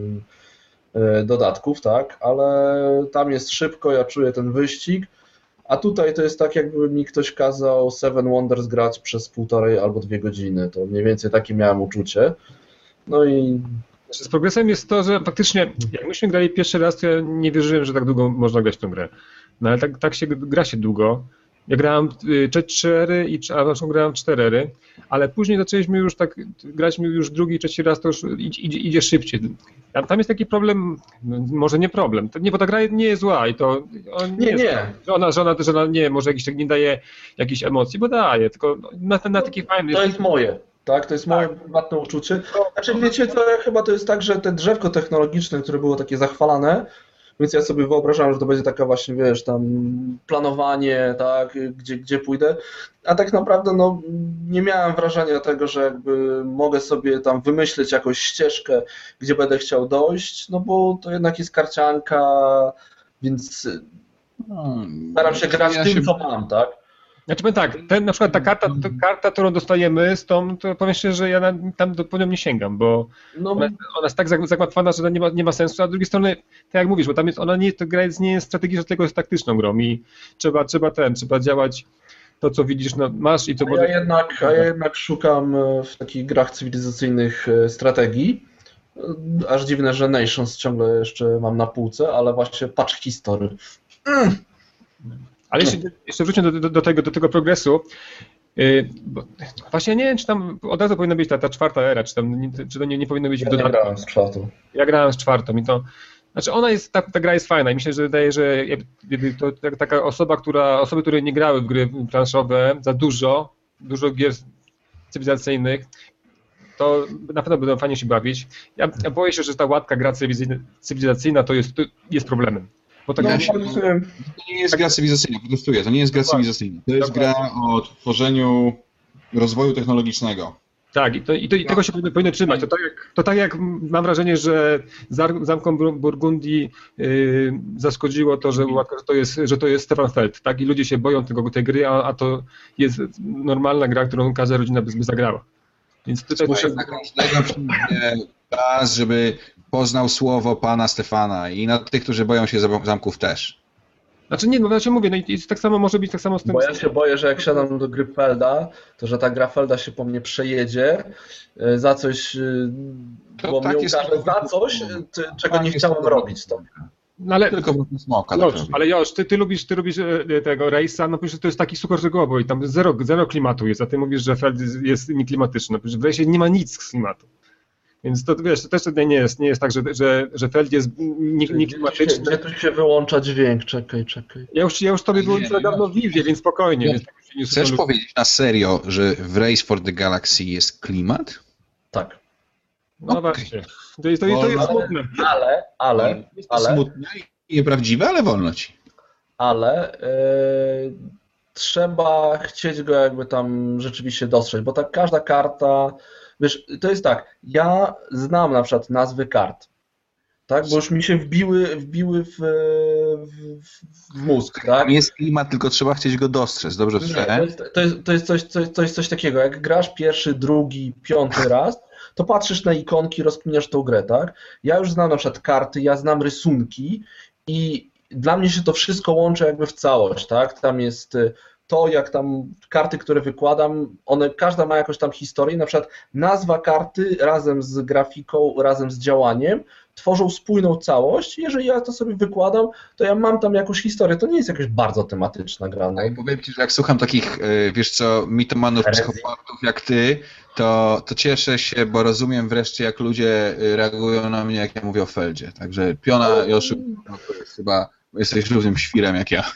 y, dodatków, tak, ale tam jest szybko, ja czuję ten wyścig, a tutaj to jest tak, jakby mi ktoś kazał Seven Wonders grać przez półtorej albo dwie godziny, to mniej więcej takie miałem uczucie, no i... Z progresem jest to, że faktycznie, jak myśmy grali pierwszy raz, to ja nie wierzyłem, że tak długo można grać w tę grę. No ale tak, tak się gra się długo. Ja grałem trzy ery, i, a zresztą grałem cztery ery, ale później zaczęliśmy już tak, graliśmy już drugi, trzeci raz, to już idzie, idzie szybciej. Tam jest taki problem, może nie problem, to nie, bo ta gra nie jest zła i to... On nie, nie. Jest, że, ona, że, ona, że ona nie, może jakiś, nie daje jakichś emocji, bo daje, tylko na, na taki fajny... To jest moje. Tak, to jest moje prywatne uczucie. Znaczy, wiecie co, chyba to jest tak, że te drzewko technologiczne, które było takie zachwalane, więc ja sobie wyobrażałem, że to będzie taka właśnie, wiesz, tam planowanie, tak, gdzie, gdzie pójdę, a tak naprawdę no, nie miałem wrażenia tego, że jakby mogę sobie tam wymyśleć jakąś ścieżkę, gdzie będę chciał dojść, no bo to jednak jest karcianka, więc hmm, staram się grać ja tym, się... co mam, tak? Znaczy powiem tak, ten, na przykład ta karta, ta karta, którą dostajemy z tą, to powiem szczerze, że ja na, tam do, po nią nie sięgam, bo no, ona, ona jest tak zagmatwana, że nie ma, nie ma sensu, a z drugiej strony, tak jak mówisz, bo tam jest, ona nie, to gra jest, nie jest strategiczna, tylko jest taktyczną grą i trzeba, trzeba ten, trzeba działać to, co widzisz, no, masz i co... A ja, jednak, a ja jednak szukam w takich grach cywilizacyjnych strategii, aż dziwne, że Nations ciągle jeszcze mam na półce, ale właśnie Patch History. Mm. Ale jeszcze, jeszcze wróćmy do, do, do, tego, do tego progresu. Yy, bo właśnie nie wiem, czy tam od razu powinna być ta, ta czwarta era, czy, tam, czy to nie, nie powinno być ja w dodatku. Ja grałem z czwartą. Ja grałem z czwartą i to... Znaczy ona jest, ta, ta gra jest fajna i myślę, że wydaje, że to taka osoba, która, osoby, które nie grały w gry planszowe za dużo, dużo gier cywilizacyjnych, to na pewno będą fajnie się bawić. Ja, ja boję się, że ta łatka gra cywilizacyjna to jest, to jest problemem. Bo tak no, ja się, to nie jest gra cywilizacyjna, protestuję, to nie jest gra cywilizacyjna. To jest gra o tworzeniu rozwoju technologicznego. Tak, i, to, i, to, i tego się powinno, powinno trzymać. To tak, jak, to tak jak mam wrażenie, że zamkom Burgundii yy, zaszkodziło to, że, że, to jest, że to jest Stefan Feld, tak? I ludzie się boją tego, tej gry, a, a to jest normalna gra, którą każda rodzina by, by zagrała. Więc tutaj Muszę na każdego przyjdzie czas, żeby poznał słowo pana Stefana i na tych, którzy boją się zamków też. Znaczy nie, no ja się mówię, no i i tak samo może być tak samo z tym... Bo ja się boję, że jak siadam do gry Felda, to że ta gra Felda się po mnie przejedzie y, za coś, y, To bo tak mnie jest ukaże tylko- za coś, y, ty- czego Tak nie jest chciałem tylko- robić. To. No ale... Tylko wokół smoka. Josh, tak robię. ale Josh, ty, ty lubisz, ty lubisz e, tego Race'a, no przecież to jest taki super żegłobo i tam zero, zero klimatu jest, a ty mówisz, że Feld jest, jest nieklimatyczny. No przecież w Race'ie nie ma nic z klimatu. Więc to wiesz, to też nie jest, nie jest tak, że, że, że Feld jest nie- Gdzie tu się- nieklimatyczny. Gdzie tu się wyłącza dźwięk? Czekaj, czekaj. Ja już, ja już tobie Nie, byłem tyle dawno Josh. w Vivie, więc spokojnie. Josh, Więc tak już się nie Chcesz super- powiedzieć na serio, że w Race for the Galaxy jest klimat? Tak. No Okej. właśnie. To jest, to jest, to jest Ale- smutne. Ale, ale, Jest to ale, smutne i nieprawdziwe, ale wolno ci. ale y, trzeba chcieć go jakby tam rzeczywiście dostrzec, bo tak każda karta, wiesz, to jest tak, ja znam na przykład nazwy kart, tak, bo już mi się wbiły, wbiły w, w, w mózg, tak? Tam jest klimat, tylko trzeba chcieć go dostrzec. Dobrze Nie, to słyszę? jest, to jest, to jest, coś, coś, to jest coś takiego, jak grasz pierwszy, drugi, piąty raz, to patrzysz na ikonki, rozkminiasz tą grę, tak? Ja już znam na przykład karty, ja znam rysunki i dla mnie się to wszystko łączy jakby w całość, tak? Tam jest y, to, jak tam karty, które wykładam, one, każda ma jakąś tam historię, na przykład nazwa karty razem z grafiką, razem z działaniem tworzą spójną całość. Jeżeli ja to sobie wykładam, to ja mam tam jakąś historię. To nie jest jakaś bardzo tematyczna gra. No. Tak, powiem ci, że jak słucham takich, y, wiesz co, mitomanów, Herezji. psychopatów jak ty, to, to cieszę się, bo rozumiem wreszcie, jak ludzie y, reagują na mnie, jak ja mówię o Feldzie. Także piona, Joszu, no to jest chyba, jesteś równym świrem jak ja.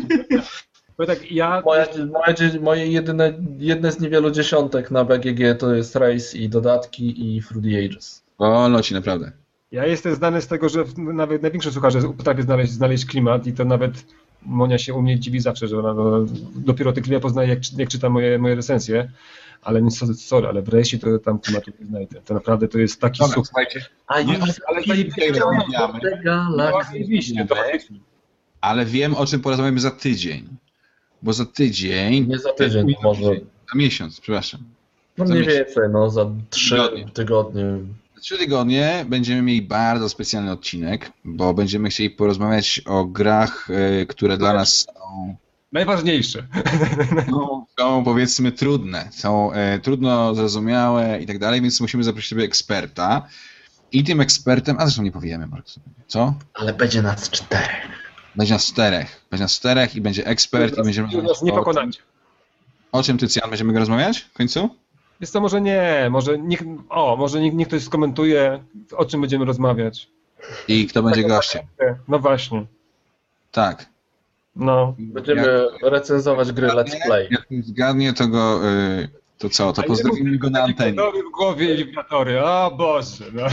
Bo tak ja... Moje, moje, moje jedyne, jedne z niewielu dziesiątek na B G G to jest Race i dodatki i Through the Ages. Wolno ci, naprawdę. Ja jestem znany z tego, że nawet największy słuchacze potrafię znaleźć, znaleźć klimat i to nawet Monia się u mnie dziwi zawsze, że ona no, dopiero te klimaty poznaje, jak, jak czyta moje, moje recenzje, ale nie sorry, ale w Rejsie to tam klimatu nie znajdę. To naprawdę to jest taki Dobra, super. słuchajcie, A już ale zajebiście rozmawiamy. No, oczywiście, to faktycznie. ale wiem, o czym porozmawiamy za tydzień. Bo za tydzień... Nie za tydzień, to może. Za miesiąc, przepraszam. No Za mniej miesiąc. więcej, no za trzy Tygodnie. tygodnie. Za trzy tygodnie będziemy mieli bardzo specjalny odcinek, bo będziemy chcieli porozmawiać o grach, y, które dla nas są, Najważniejsze. no, są powiedzmy trudne, są e, trudno zrozumiałe i tak dalej, więc musimy zaprosić sobie eksperta. I tym ekspertem, a zresztą nie powiemy, Mark, co? Ale będzie nas czterech. Będzie nas czterech. Będzie nas czterech i będzie ekspert i będziemy Już nas nie o, pokonacie. o czym, Tycjan, będziemy go rozmawiać w końcu? Jest to może nie, może niech, o, może niech, niech ktoś skomentuje, o czym będziemy rozmawiać. I kto będzie gościem? No właśnie, Tak. no. Będziemy recenzować gry Let's Play. Jak ktoś zgadnie, to go, y, to co, to A nie pozdrowimy mów, go na takie antenie. kolory w głowie i wibratory, o Boże, no.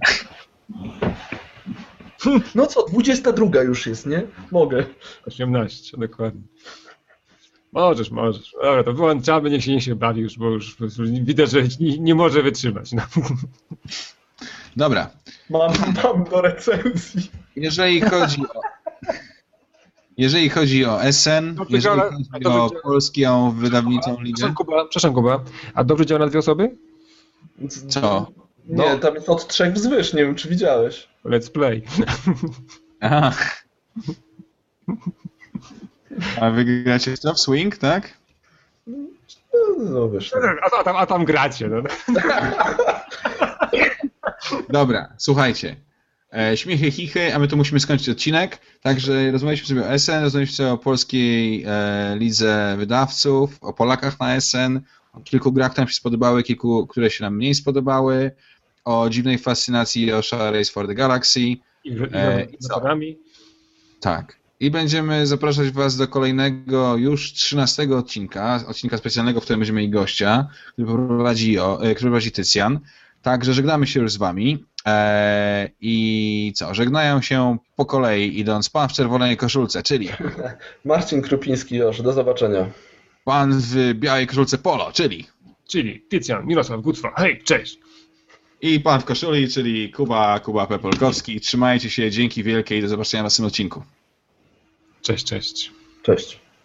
No co, dwudziesta druga już jest, nie? Mogę. osiemnaście, dokładnie. Możesz, możesz. Dobra, to wyłączamy, niech się, niech się bawi już, bo już, już widać, że nie, nie może wytrzymać. No. Dobra. Mam, mam do recenzji. Jeżeli chodzi o, jeżeli chodzi o S N, Dobrze jeżeli działa- chodzi a dobrze o działa- polską wydawniczą ligę, Przepraszam Kuba, przepraszam Kuba, a dobrze działa na dwie osoby? co? Nie, tam jest od trzech wzwyż, nie wiem czy widziałeś. Let's play. Aha. A wy gracie co? W Swing, tak? No, no wiesz. No. A, a, tam, a tam gracie. No. Dobra, słuchajcie. E, śmiechy, chichy, a my tu musimy skończyć odcinek. Także rozmawialiśmy sobie o S N, rozmawialiśmy sobie o polskiej e, lidze wydawców, o Polakach na S N, o kilku grach, które nam się spodobały, kilku, które się nam mniej spodobały, o dziwnej fascynacji Josha Race for the Galaxy. I, i, E, i i co? napadami. Tak. I będziemy zapraszać Was do kolejnego już trzynastego odcinka, odcinka specjalnego, w którym będziemy mieli gościa, który prowadzi, o, który prowadzi Tycjan. Także żegnamy się już z Wami. Eee, I co? Żegnają się po kolei, idąc pan w czerwonej koszulce, czyli Marcin Krupiński już, do zobaczenia. pan w białej koszulce polo, czyli Czyli Tycjan, Mirosław Gucwa. Hej, cześć. i pan w koszuli, czyli Kuba, Kuba Pepolkowski. Trzymajcie się, dzięki wielkie i do zobaczenia w następnym odcinku. Cześć, cześć. Cześć.